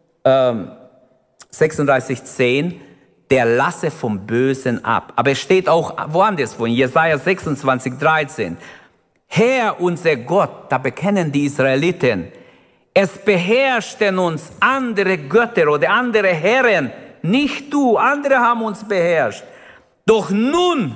Speaker 2: 36,10, der lasse vom Bösen ab. Aber es steht auch woanders, in Jesaja 26,13. Herr, unser Gott, da bekennen die Israeliten, es beherrschten uns andere Götter oder andere Herren, nicht du, andere haben uns beherrscht. Doch nun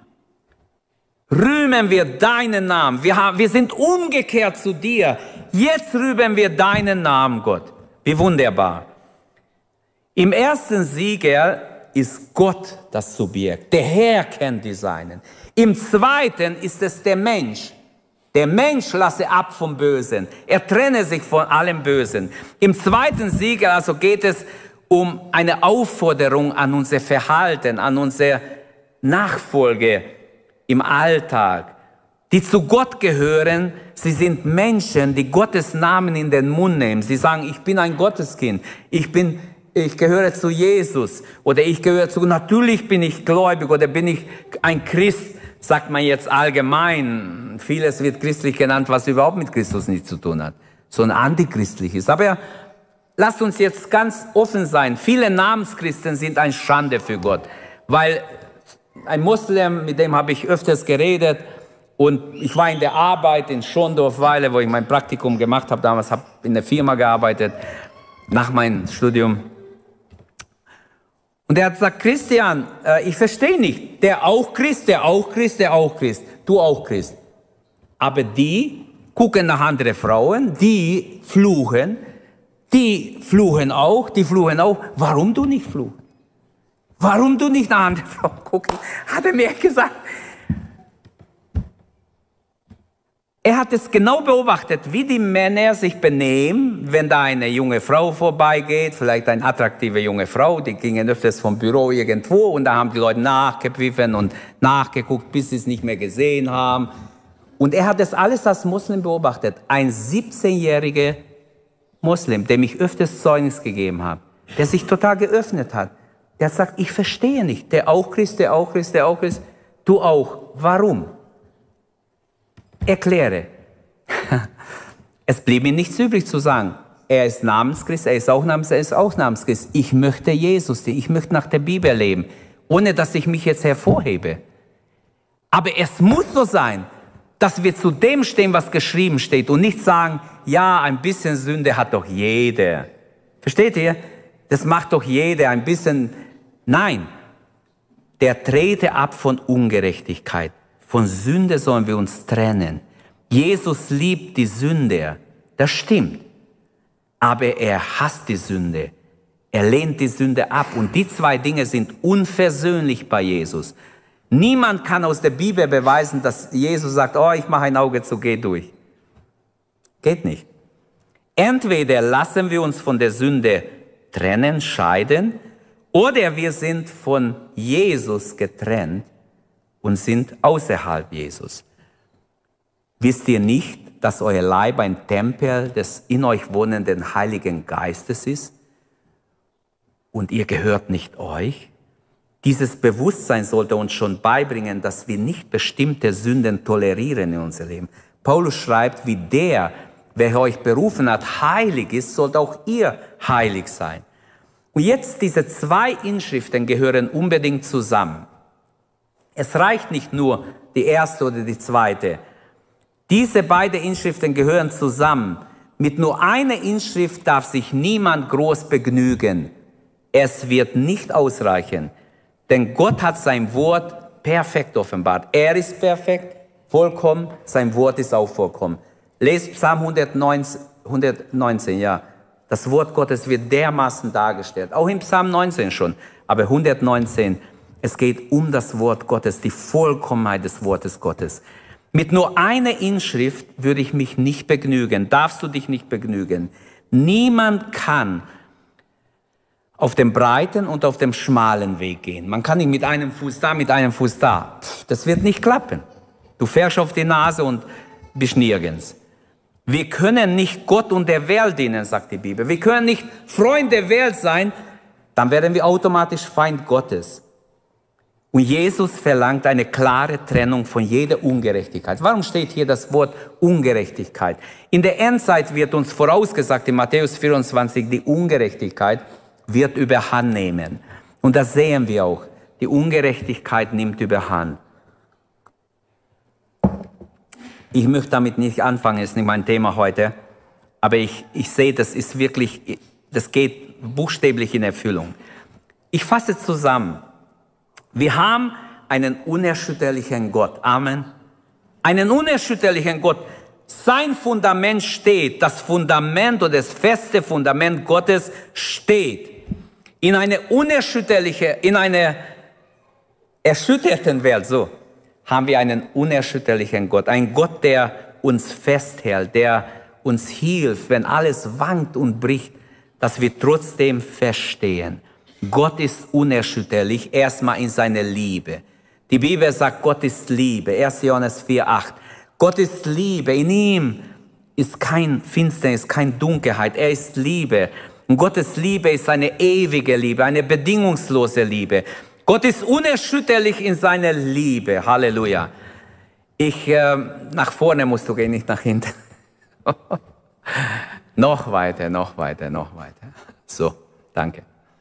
Speaker 2: rühmen wir deinen Namen. Wir sind umgekehrt zu dir. Jetzt rühmen wir deinen Namen, Gott. Wie wunderbar. Im ersten Siegel ist Gott das Subjekt. Der Herr kennt die Seinen. Im zweiten ist es der Mensch. Der Mensch lasse ab vom Bösen. Er trenne sich von allem Bösen. Im zweiten Siegel also geht es um eine Aufforderung an unser Verhalten, an unsere Nachfolge im Alltag, die zu Gott gehören. Sie sind Menschen, die Gottes Namen in den Mund nehmen. Sie sagen, ich bin ein Gotteskind. Ich gehöre zu Jesus. Oder ich gehöre zu, natürlich bin ich gläubig oder bin ich ein Christ. Sagt man jetzt allgemein, vieles wird christlich genannt, was überhaupt mit Christus nichts zu tun hat, sondern antichristlich ist. Aber lasst uns jetzt ganz offen sein. Viele Namenschristen sind eine Schande für Gott, weil ein Moslem, mit dem habe ich öfters geredet, und ich war in der Arbeit in Schondorfweiler, wo ich mein Praktikum gemacht habe, damals habe ich in der Firma gearbeitet, nach meinem Studium. Und Und er hat gesagt, Christian, ich verstehe nicht, der auch Christ, der auch Christ, der auch Christ, du auch Christ. Aber die gucken nach anderen Frauen, die fluchen auch, Warum du nicht fluchen? Warum du nicht nach anderen Frauen gucken? Hat er mir gesagt. Er hat es genau beobachtet, wie die Männer sich benehmen, wenn da eine junge Frau vorbeigeht, vielleicht eine attraktive junge Frau, die gingen öfters vom Büro irgendwo und da haben die Leute nachgepfiffen und nachgeguckt, bis sie es nicht mehr gesehen haben. Und er hat das alles als Muslim beobachtet. Ein 17-jähriger Muslim, dem ich öfters Zeugnis gegeben habe, der sich total geöffnet hat. Der hat gesagt, ich verstehe nicht, der auch Christ, der auch Christ, der auch Christ, du auch. Warum? Erkläre. Es blieb mir nichts übrig zu sagen. Er ist Namenschrist, er ist auch Namenschrist. Ich möchte Jesus, ich möchte nach der Bibel leben, ohne dass ich mich jetzt hervorhebe. Aber es muss so sein, dass wir zu dem stehen, was geschrieben steht und nicht sagen, ja, ein bisschen Sünde hat doch jeder. Versteht ihr? Das macht doch jeder ein bisschen. Nein, der trete ab von Ungerechtigkeit. Von Sünde sollen wir uns trennen. Jesus liebt die Sünder, das stimmt. Aber er hasst die Sünde. Er lehnt die Sünde ab. Und die zwei Dinge sind unversöhnlich bei Jesus. Niemand kann aus der Bibel beweisen, dass Jesus sagt, oh, ich mache ein Auge zu, geh durch. Geht nicht. Entweder lassen wir uns von der Sünde trennen, scheiden, oder wir sind von Jesus getrennt und sind außerhalb Jesus. Wisst ihr nicht, dass euer Leib ein Tempel des in euch wohnenden Heiligen Geistes ist? Und ihr gehört nicht euch? Dieses Bewusstsein sollte uns schon beibringen, dass wir nicht bestimmte Sünden tolerieren in unserem Leben. Paulus schreibt, wie der, wer euch berufen hat, heilig ist, sollt auch ihr heilig sein. Und jetzt diese zwei Inschriften gehören unbedingt zusammen. Es reicht nicht nur die erste oder die zweite. Diese beiden Inschriften gehören zusammen. Mit nur einer Inschrift darf sich niemand groß begnügen. Es wird nicht ausreichen, denn Gott hat sein Wort perfekt offenbart. Er ist perfekt, vollkommen, sein Wort ist auch vollkommen. Lest Psalm 119, ja. Das Wort Gottes wird dermaßen dargestellt, auch im Psalm 19 schon, aber 119, es geht um das Wort Gottes, die Vollkommenheit des Wortes Gottes. Mit nur einer Inschrift würde ich mich nicht begnügen, darfst du dich nicht begnügen. Niemand kann auf dem breiten und auf dem schmalen Weg gehen. Man kann nicht mit einem Fuß da, mit einem Fuß da. Das wird nicht klappen. Du fährst auf die Nase und bist nirgends. Wir können nicht Gott und der Welt dienen, sagt die Bibel. Wir können nicht Freund der Welt sein, dann werden wir automatisch Feind Gottes. Und Jesus verlangt eine klare Trennung von jeder Ungerechtigkeit. Warum steht hier das Wort Ungerechtigkeit? In der Endzeit wird uns vorausgesagt, in Matthäus 24, die Ungerechtigkeit wird überhand nehmen. Und das sehen wir auch. Die Ungerechtigkeit nimmt überhand. Ich möchte damit nicht anfangen, ist nicht mein Thema heute. Aber ich sehe, das ist wirklich, das geht buchstäblich in Erfüllung. Ich fasse zusammen. Wir haben einen unerschütterlichen Gott. Amen. Einen unerschütterlichen Gott. Sein Fundament steht. Das Fundament oder das feste Fundament Gottes steht. In einer erschütterten Welt, so, haben wir einen unerschütterlichen Gott. Ein Gott, der uns festhält, der uns hilft, wenn alles wankt und bricht, dass wir trotzdem feststehen. Gott ist unerschütterlich, erstmal in seiner Liebe. Die Bibel sagt, Gott ist Liebe, 1. Johannes 4,8. Gott ist Liebe, in ihm ist kein Finsternis, keine Dunkelheit, er ist Liebe. Und Gottes Liebe ist eine ewige Liebe, eine bedingungslose Liebe. Gott ist unerschütterlich in seiner Liebe. Halleluja. Nach vorne musst du gehen, nicht nach hinten. Noch weiter. So, danke.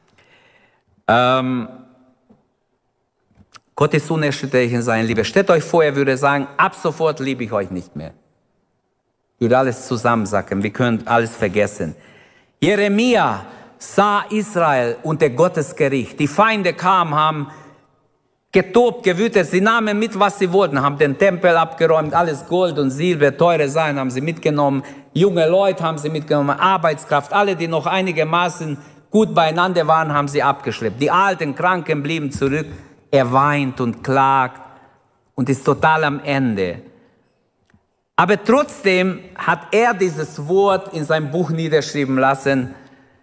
Speaker 2: Gott ist unerschütterlich in seiner Liebe. Stellt euch vor, er würde sagen, ab sofort liebe ich euch nicht mehr. Ich würde alles zusammensacken, wir können alles vergessen. Jeremia sah Israel unter Gottes Gericht. Die Feinde kamen, haben getobt, gewütet, sie nahmen mit, was sie wollten, haben den Tempel abgeräumt, alles Gold und Silber, teure Sachen haben sie mitgenommen, junge Leute haben sie mitgenommen, Arbeitskraft, alle, die noch einigermaßen gut beieinander waren, haben sie abgeschleppt. Die alten Kranken blieben zurück. Er weint und klagt und ist total am Ende. Aber trotzdem hat er dieses Wort in seinem Buch niederschreiben lassen.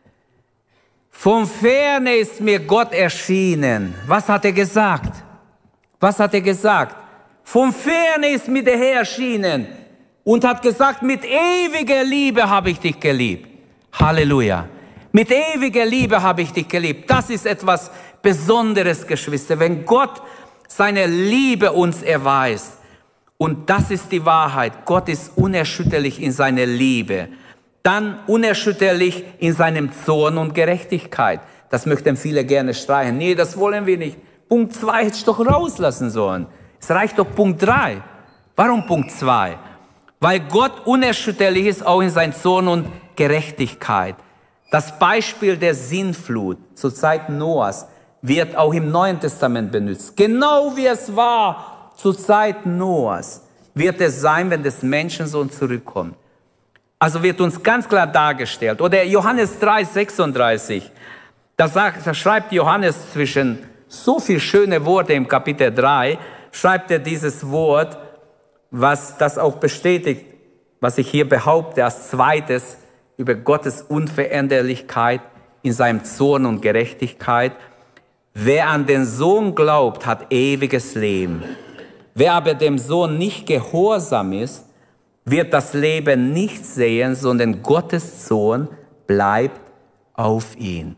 Speaker 2: Von ferne ist mir Gott erschienen. Was hat er gesagt? Was hat er gesagt? Von ferne ist mir der Herr erschienen und hat gesagt, mit ewiger Liebe habe ich dich geliebt. Halleluja. Mit ewiger Liebe habe ich dich geliebt. Das ist etwas Besonderes, Geschwister, wenn Gott seine Liebe uns erweist. Und das ist die Wahrheit. Gott ist unerschütterlich in seiner Liebe. Dann unerschütterlich in seinem Zorn und Gerechtigkeit. Das möchten viele gerne streichen. Nee, das wollen wir nicht. Punkt 2 hätte ich doch rauslassen sollen. Es reicht doch Punkt 3. Warum Punkt 2? Weil Gott unerschütterlich ist auch in seinem Zorn und Gerechtigkeit. Das Beispiel der Sintflut zur Zeit Noahs wird auch im Neuen Testament benutzt. Genau wie es war zur Zeit Noahs, wird es sein, wenn des Menschensohn zurückkommt. Also wird uns ganz klar dargestellt. Oder Johannes 3,36, da schreibt Johannes zwischen so viele schöne Worte im Kapitel 3, schreibt er dieses Wort, was das auch bestätigt, was ich hier behaupte als zweites über Gottes Unveränderlichkeit in seinem Zorn und Gerechtigkeit. Wer an den Sohn glaubt, hat ewiges Leben. Wer aber dem Sohn nicht gehorsam ist, wird das Leben nicht sehen, sondern Gottes Sohn bleibt auf ihn.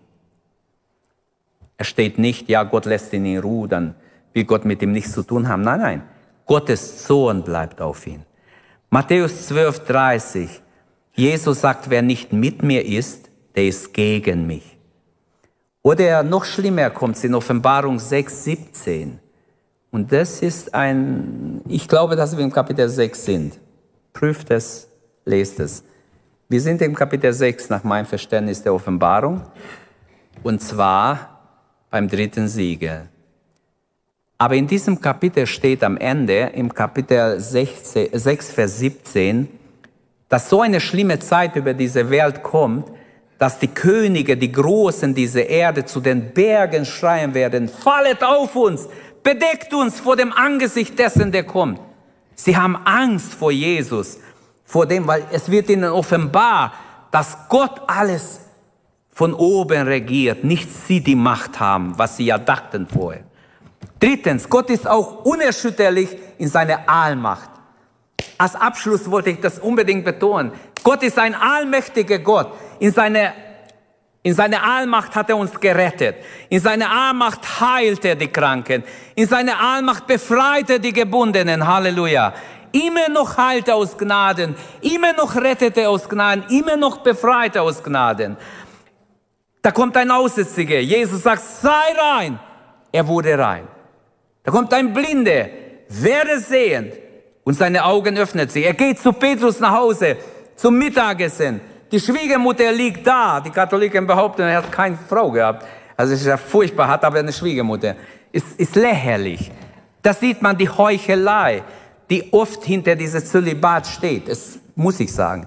Speaker 2: Es steht nicht, ja, Gott lässt ihn in Ruhe, dann will Gott mit ihm nichts zu tun haben. Nein, nein, Gottes Sohn bleibt auf ihn. Matthäus 12,30. Jesus sagt, wer nicht mit mir ist, der ist gegen mich. Oder noch schlimmer kommt es in Offenbarung 6,17. Und das ist ich glaube, dass wir im Kapitel 6 sind. Prüft es, lest es. Wir sind im Kapitel 6 nach meinem Verständnis der Offenbarung. Und zwar beim 3. Siegel. Aber in diesem Kapitel steht am Ende, im Kapitel 6, Vers 17, dass so eine schlimme Zeit über diese Welt kommt, dass die Könige, die Großen dieser Erde zu den Bergen schreien werden, fallet auf uns, bedeckt uns vor dem Angesicht dessen, der kommt. Sie haben Angst vor Jesus, vor dem, weil es wird ihnen offenbar, dass Gott alles von oben regiert, nicht sie die Macht haben, was sie ja dachten vorher. Drittens, Gott ist auch unerschütterlich in seiner Allmacht. Als Abschluss wollte ich das unbedingt betonen. Gott ist ein allmächtiger Gott. In seiner Allmacht hat er uns gerettet. In seiner Allmacht heilt er die Kranken. In seiner Allmacht befreit er die Gebundenen. Halleluja. Immer noch heilt er aus Gnaden. Immer noch rettet er aus Gnaden. Immer noch befreit er aus Gnaden. Da kommt ein Aussätziger. Jesus sagt, sei rein. Er wurde rein. Da kommt ein Blinder. Werde sehend. Und seine Augen öffnet sich. Er geht zu Petrus nach Hause zum Mittagessen. Die Schwiegermutter liegt da. Die Katholiken behaupten, er hat keine Frau gehabt. Also es ist ja furchtbar, hat aber eine Schwiegermutter. Ist lächerlich. Da sieht man die Heuchelei, die oft hinter diesem Zölibat steht. Das muss ich sagen.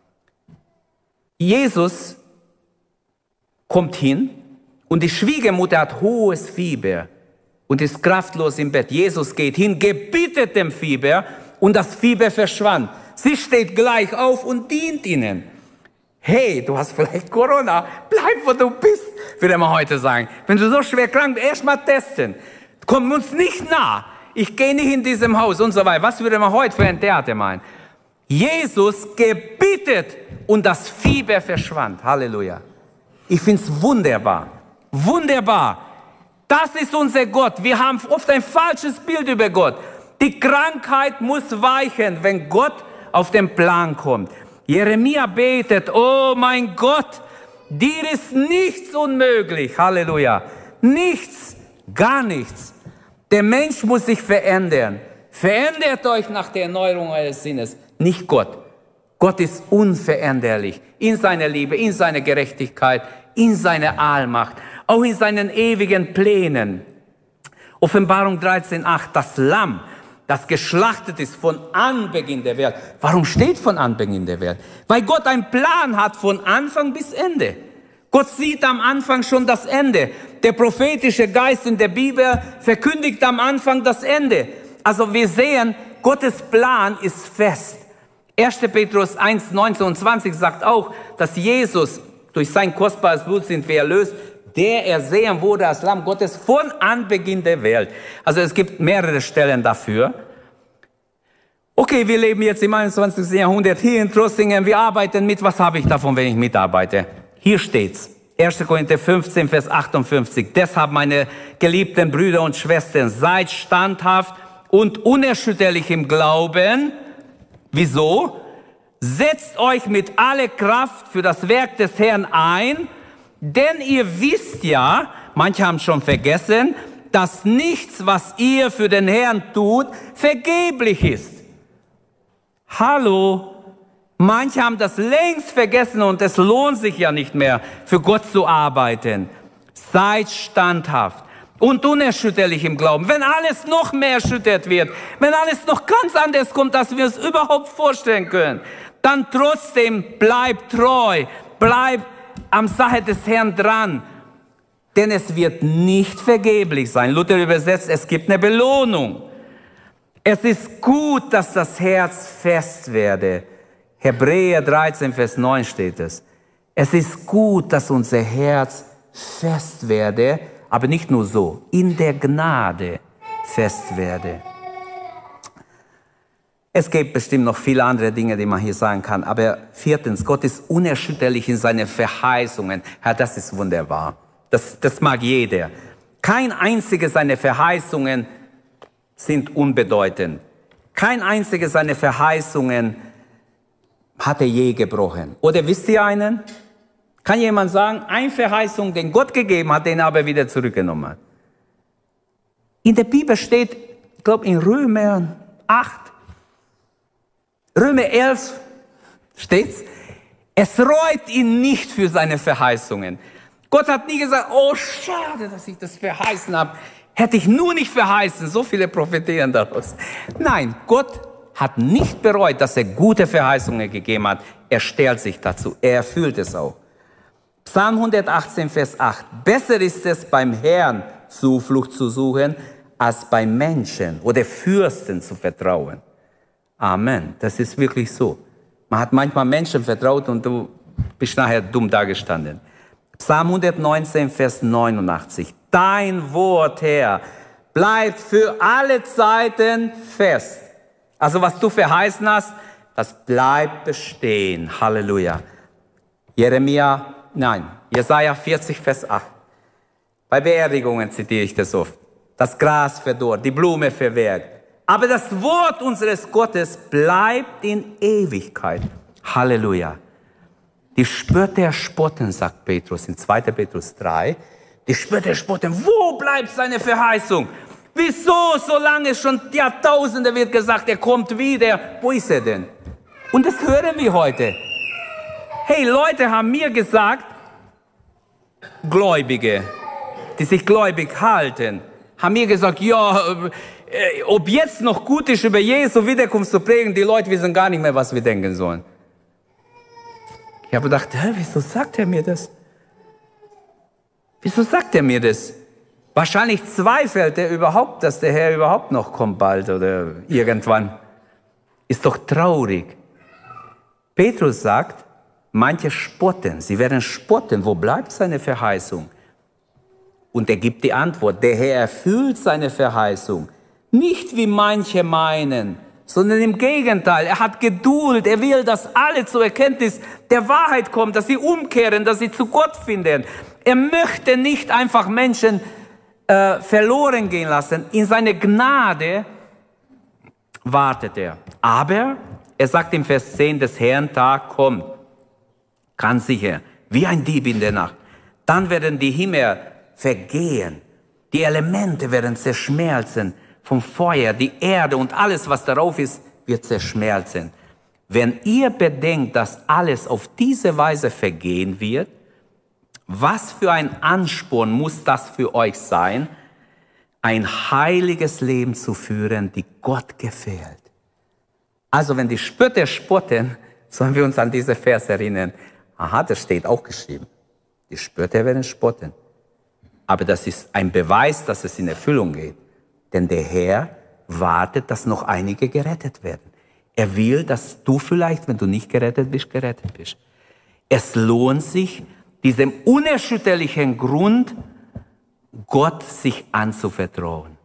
Speaker 2: Jesus kommt hin und die Schwiegermutter hat hohes Fieber und ist kraftlos im Bett. Jesus geht hin, gebietet dem Fieber und das Fieber verschwand. Sie steht gleich auf und dient ihnen. Hey, du hast vielleicht Corona, bleib, wo du bist, würde man heute sagen. Wenn du so schwer krank bist, erst mal testen. Komm uns nicht nah. Ich gehe nicht in diesem Haus und so weiter. Was würde man heute für ein Theater meinen? Jesus gebietet und das Fieber verschwand. Halleluja. Ich finde es wunderbar. Wunderbar. Das ist unser Gott. Wir haben oft ein falsches Bild über Gott. Die Krankheit muss weichen, wenn Gott auf den Plan kommt. Jeremia betet, oh mein Gott, dir ist nichts unmöglich. Halleluja. Nichts, gar nichts. Der Mensch muss sich verändern. Verändert euch nach der Erneuerung eures Sinnes. Nicht Gott. Gott ist unveränderlich in seiner Liebe, in seiner Gerechtigkeit, in seiner Allmacht, auch in seinen ewigen Plänen. Offenbarung 13,8, das Lamm, das geschlachtet ist von Anbeginn der Welt. Warum steht von Anbeginn der Welt? Weil Gott einen Plan hat von Anfang bis Ende. Gott sieht am Anfang schon das Ende. Der prophetische Geist in der Bibel verkündigt am Anfang das Ende. Also wir sehen, Gottes Plan ist fest. 1. Petrus 1, 19 und 20 sagt auch, dass Jesus, durch sein kostbares Blut sind wir erlöst, der ersehen wurde als Lamm Gottes von Anbeginn der Welt. Also es gibt mehrere Stellen dafür. Okay, wir leben jetzt im 21. Jahrhundert hier in Trossingen, wir arbeiten mit. Was habe ich davon, wenn ich mitarbeite? Hier steht's. 1. Korinther 15, Vers 58. Deshalb, meine geliebten Brüder und Schwestern, seid standhaft und unerschütterlich im Glauben. Wieso? Setzt euch mit aller Kraft für das Werk des Herrn ein, denn ihr wisst ja, manche haben schon vergessen, dass nichts, was ihr für den Herrn tut, vergeblich ist. Hallo? Manche haben das längst vergessen und es lohnt sich ja nicht mehr, für Gott zu arbeiten. Seid standhaft und unerschütterlich im Glauben. Wenn alles noch mehr erschüttert wird, wenn alles noch ganz anders kommt, als wir es überhaupt vorstellen können, dann trotzdem bleibt treu, bleibt am Sache des Herrn dran. Denn es wird nicht vergeblich sein. Luther übersetzt, es gibt eine Belohnung. Es ist gut, dass das Herz fest werde. Hebräer 13, Vers 9 steht es. Es ist gut, dass unser Herz fest werde, aber nicht nur so, in der Gnade fest werde. Es gibt bestimmt noch viele andere Dinge, die man hier sagen kann, aber viertens, Gott ist unerschütterlich in seinen Verheißungen. Ja, das ist wunderbar. Das mag jeder. Kein einziger seiner Verheißungen sind unbedeutend. Kein einziger seiner Verheißungen hat er je gebrochen. Oder wisst ihr einen? Kann jemand sagen, eine Verheißung, den Gott gegeben hat, den er aber wieder zurückgenommen hat? In der Bibel steht, ich glaube in Römer 8, Römer 11 steht's, es reut ihn nicht für seine Verheißungen. Gott hat nie gesagt, oh schade, dass ich das verheißen habe. Hätte ich nur nicht verheißen, so viele profitieren daraus. Nein, Gott hat nicht bereut, dass er gute Verheißungen gegeben hat. Er stellt sich dazu, er erfüllt es auch. Psalm 118, Vers 8. Besser ist es, beim Herrn Zuflucht zu suchen, als beim Menschen oder Fürsten zu vertrauen. Amen. Das ist wirklich so. Man hat manchmal Menschen vertraut und du bist nachher dumm dagestanden. Psalm 119, Vers 89. Dein Wort, Herr, bleibt für alle Zeiten fest. Also was du verheißen hast, das bleibt bestehen. Halleluja. Jesaja 40, Vers 8. Bei Beerdigungen zitiere ich das oft. Das Gras verdorrt, die Blume verwelkt. Aber das Wort unseres Gottes bleibt in Ewigkeit. Halleluja. Die Spötter spotten, sagt Petrus in 2. Petrus 3. Die Spötter spotten, wo bleibt seine Verheißung? Wieso, solange schon Jahrtausende wird gesagt, er kommt wieder. Wo ist er denn? Und das hören wir heute. Hey, Leute haben mir gesagt, Gläubige, die sich gläubig halten, haben mir gesagt, ja, ob jetzt noch gut ist, über Jesu Wiederkunft zu predigen, die Leute wissen gar nicht mehr, was wir denken sollen. Ich habe gedacht, wieso sagt er mir das? Wieso sagt er mir das? Wahrscheinlich zweifelt er überhaupt, dass der Herr überhaupt noch kommt bald oder irgendwann. Ist doch traurig. Petrus sagt, manche spotten, sie werden spotten. Wo bleibt seine Verheißung? Und er gibt die Antwort, der Herr erfüllt seine Verheißung. Nicht wie manche meinen, sondern im Gegenteil. Er hat Geduld, er will, dass alle zur Erkenntnis der Wahrheit kommen, dass sie umkehren, dass sie zu Gott finden. Er möchte nicht einfach Menschen verloren gehen lassen. In seine Gnade wartet er. Aber er sagt im Vers 10, des Herrn Tag kommt. Ganz sicher, wie ein Dieb in der Nacht. Dann werden die Himmel vergehen. Die Elemente werden zerschmelzen vom Feuer. Die Erde und alles, was darauf ist, wird zerschmelzen. Wenn ihr bedenkt, dass alles auf diese Weise vergehen wird, Was für ein Ansporn muss das für euch sein, ein heiliges Leben zu führen, die Gott gefällt. Also wenn die Spötter spotten, sollen wir uns an diese Vers erinnern. Aha, das steht auch geschrieben. Die Spötter werden spotten. Aber das ist ein Beweis, dass es in Erfüllung geht. Denn der Herr wartet, dass noch einige gerettet werden. Er will, dass du vielleicht, wenn du nicht gerettet bist, gerettet bist. Es lohnt sich, diesem unerschütterlichen Grund, Gott sich anzuvertrauen.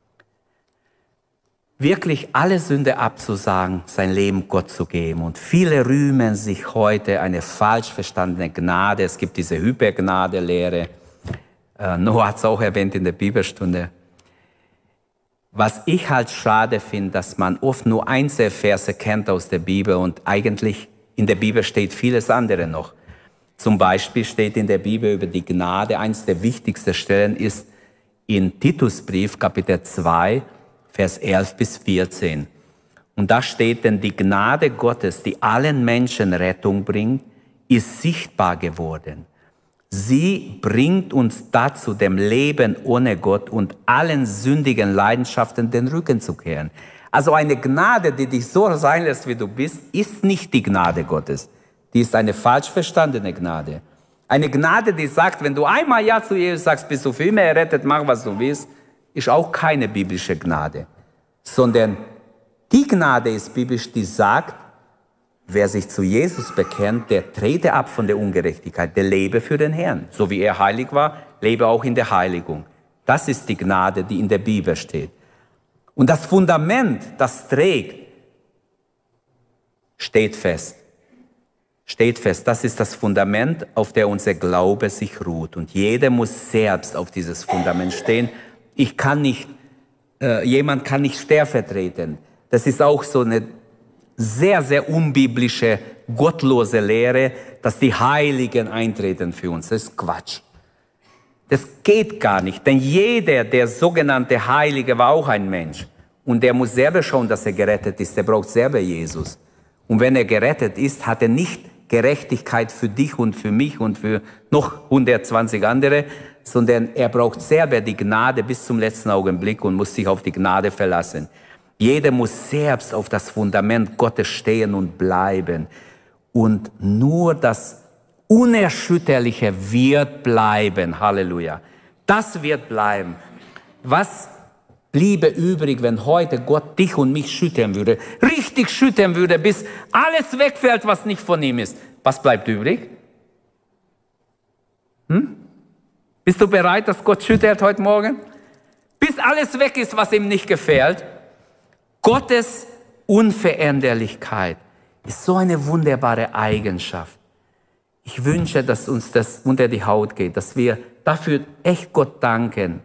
Speaker 2: Wirklich alle Sünde abzusagen, sein Leben Gott zu geben. Und viele rühmen sich heute eine falsch verstandene Gnade. Es gibt diese Hypergnade-Lehre. Noah hat es auch erwähnt in der Bibelstunde. Was ich halt schade finde, dass man oft nur Einzelverse kennt aus der Bibel und eigentlich in der Bibel steht vieles andere noch. Zum Beispiel steht in der Bibel über die Gnade, eines der wichtigsten Stellen ist in Titusbrief, Kapitel 2, Vers 11 bis 14. Und da steht, denn die Gnade Gottes, die allen Menschen Rettung bringt, ist sichtbar geworden. Sie bringt uns dazu, dem Leben ohne Gott und allen sündigen Leidenschaften den Rücken zu kehren. Also eine Gnade, die dich so sein lässt, wie du bist, ist nicht die Gnade Gottes. Die ist eine falsch verstandene Gnade. Eine Gnade, die sagt, wenn du einmal Ja zu Jesus sagst, bist du für immer errettet, mach was du willst, ist auch keine biblische Gnade. Sondern die Gnade ist biblisch, die sagt, wer sich zu Jesus bekennt, der trete ab von der Ungerechtigkeit, der lebe für den Herrn. So wie er heilig war, lebe auch in der Heiligung. Das ist die Gnade, die in der Bibel steht. Und das Fundament, das trägt, steht fest. Steht fest, das ist das Fundament, auf der unser Glaube sich ruht. Und jeder muss selbst auf dieses Fundament stehen. Jemand kann nicht stellvertretend. Das ist auch so eine sehr, sehr unbiblische, gottlose Lehre, dass die Heiligen eintreten für uns. Das ist Quatsch. Das geht gar nicht, denn jeder, der sogenannte Heilige, war auch ein Mensch. Und der muss selber schauen, dass er gerettet ist. Der braucht selber Jesus. Und wenn er gerettet ist, hat er nicht Gerechtigkeit für dich und für mich und für noch 120 andere, sondern er braucht selber die Gnade bis zum letzten Augenblick und muss sich auf die Gnade verlassen. Jeder muss selbst auf das Fundament Gottes stehen und bleiben. Und nur das Unerschütterliche wird bleiben. Halleluja. Das wird bleiben. Was bliebe übrig, wenn heute Gott dich und mich schüttern würde, richtig schüttern würde, bis alles wegfällt, was nicht von ihm ist? Was bleibt übrig? Bist du bereit, dass Gott schüttert heute Morgen? Bis alles weg ist, was ihm nicht gefällt. Gottes Unveränderlichkeit ist so eine wunderbare Eigenschaft. Ich wünsche, dass uns das unter die Haut geht, dass wir dafür echt Gott danken.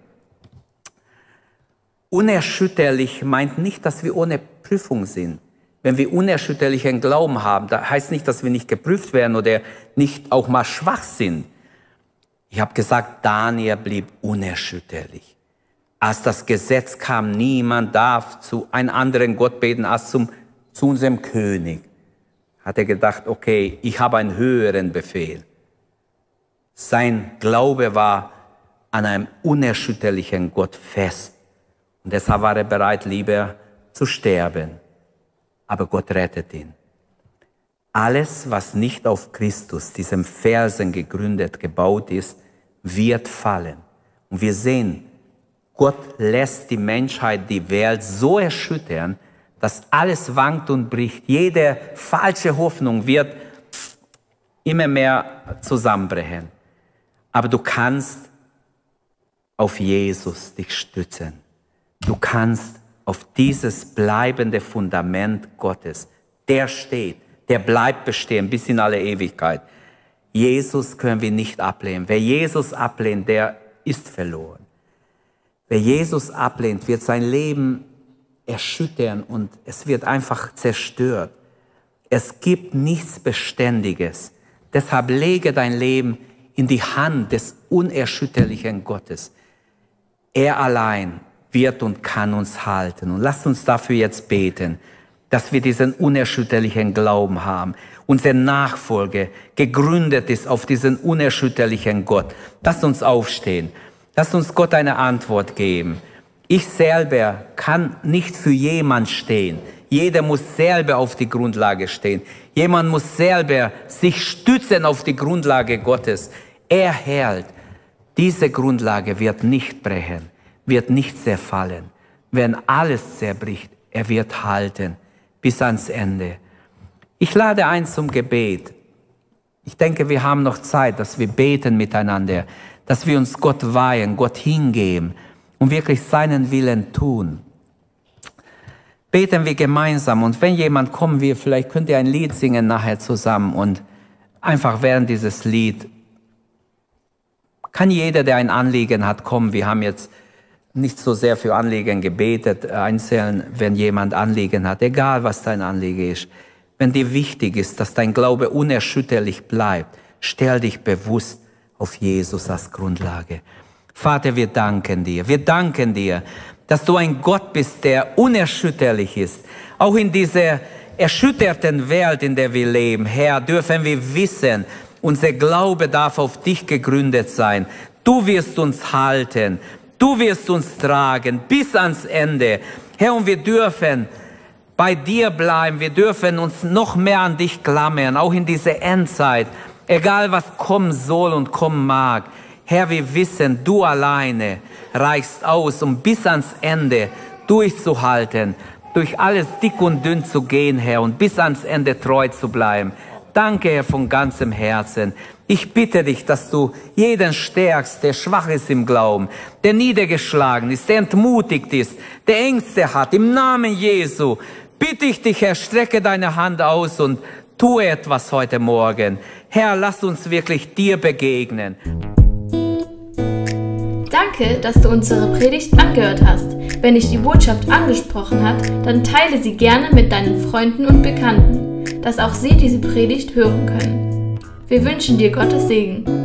Speaker 2: Unerschütterlich meint nicht, dass wir ohne Prüfung sind. Wenn wir unerschütterlichen Glauben haben, das heißt nicht, dass wir nicht geprüft werden oder nicht auch mal schwach sind. Ich habe gesagt, Daniel blieb unerschütterlich. Als das Gesetz kam, niemand darf zu einem anderen Gott beten als zu unserem König. Hat er gedacht, okay, ich habe einen höheren Befehl. Sein Glaube war an einem unerschütterlichen Gott fest. Und deshalb war er bereit, lieber zu sterben. Aber Gott rettet ihn. Alles, was nicht auf Christus, diesem Felsen gegründet, gebaut ist, wird fallen. Und wir sehen, Gott lässt die Menschheit, die Welt so erschüttern, dass alles wankt und bricht. Jede falsche Hoffnung wird immer mehr zusammenbrechen. Aber du kannst auf Jesus dich stützen. Du kannst auf dieses bleibende Fundament Gottes, der steht, der bleibt bestehen bis in alle Ewigkeit. Jesus können wir nicht ablehnen. Wer Jesus ablehnt, der ist verloren. Wer Jesus ablehnt, wird sein Leben erschüttern und es wird einfach zerstört. Es gibt nichts Beständiges. Deshalb lege dein Leben in die Hand des unerschütterlichen Gottes. Er allein wird und kann uns halten. Und lasst uns dafür jetzt beten. dass wir diesen unerschütterlichen Glauben haben. Unsere Nachfolge gegründet ist auf diesen unerschütterlichen Gott. Lasst uns aufstehen. Lasst uns Gott eine Antwort geben. Ich selber kann nicht für jemand stehen. Jeder muss selber auf die Grundlage stehen. Jemand muss selber sich stützen auf die Grundlage Gottes. Er hält. Diese Grundlage wird nicht brechen, wird nicht zerfallen. Wenn alles zerbricht, er wird halten bis ans Ende. Ich lade ein zum Gebet. Ich denke, wir haben noch Zeit, dass wir beten miteinander, dass wir uns Gott weihen, Gott hingeben und wirklich seinen Willen tun. Beten wir gemeinsam und wenn jemand kommen will, vielleicht könnt ihr ein Lied singen nachher zusammen und einfach während dieses Lied kann jeder, der ein Anliegen hat, kommen. Wir haben jetzt nicht so sehr für Anliegen gebetet, einzeln, wenn jemand Anliegen hat, egal was dein Anliegen ist. Wenn dir wichtig ist, dass dein Glaube unerschütterlich bleibt, stell dich bewusst auf Jesus als Grundlage. Vater, wir danken dir. Wir danken dir, dass du ein Gott bist, der unerschütterlich ist. Auch in dieser erschütterten Welt, in der wir leben, Herr, dürfen wir wissen, unser Glaube darf auf dich gegründet sein. Du wirst uns halten. Du wirst uns tragen bis ans Ende. Herr, und wir dürfen bei dir bleiben. Wir dürfen uns noch mehr an dich klammern, auch in dieser Endzeit. Egal was kommen soll und kommen mag. Herr, wir wissen, du alleine reichst aus, um bis ans Ende durchzuhalten, durch alles dick und dünn zu gehen, Herr, und bis ans Ende treu zu bleiben. Danke, Herr, von ganzem Herzen. Ich bitte dich, dass du jeden stärkst, der schwach ist im Glauben, der niedergeschlagen ist, der entmutigt ist, der Ängste hat. Im Namen Jesu bitte ich dich, Herr, strecke deine Hand aus und tue etwas heute Morgen. Herr, lass uns wirklich dir begegnen.
Speaker 1: Danke, dass du unsere Predigt angehört hast. Wenn dich die Botschaft angesprochen hat, dann teile sie gerne mit deinen Freunden und Bekannten, dass auch sie diese Predigt hören können. Wir wünschen dir Gottes Segen.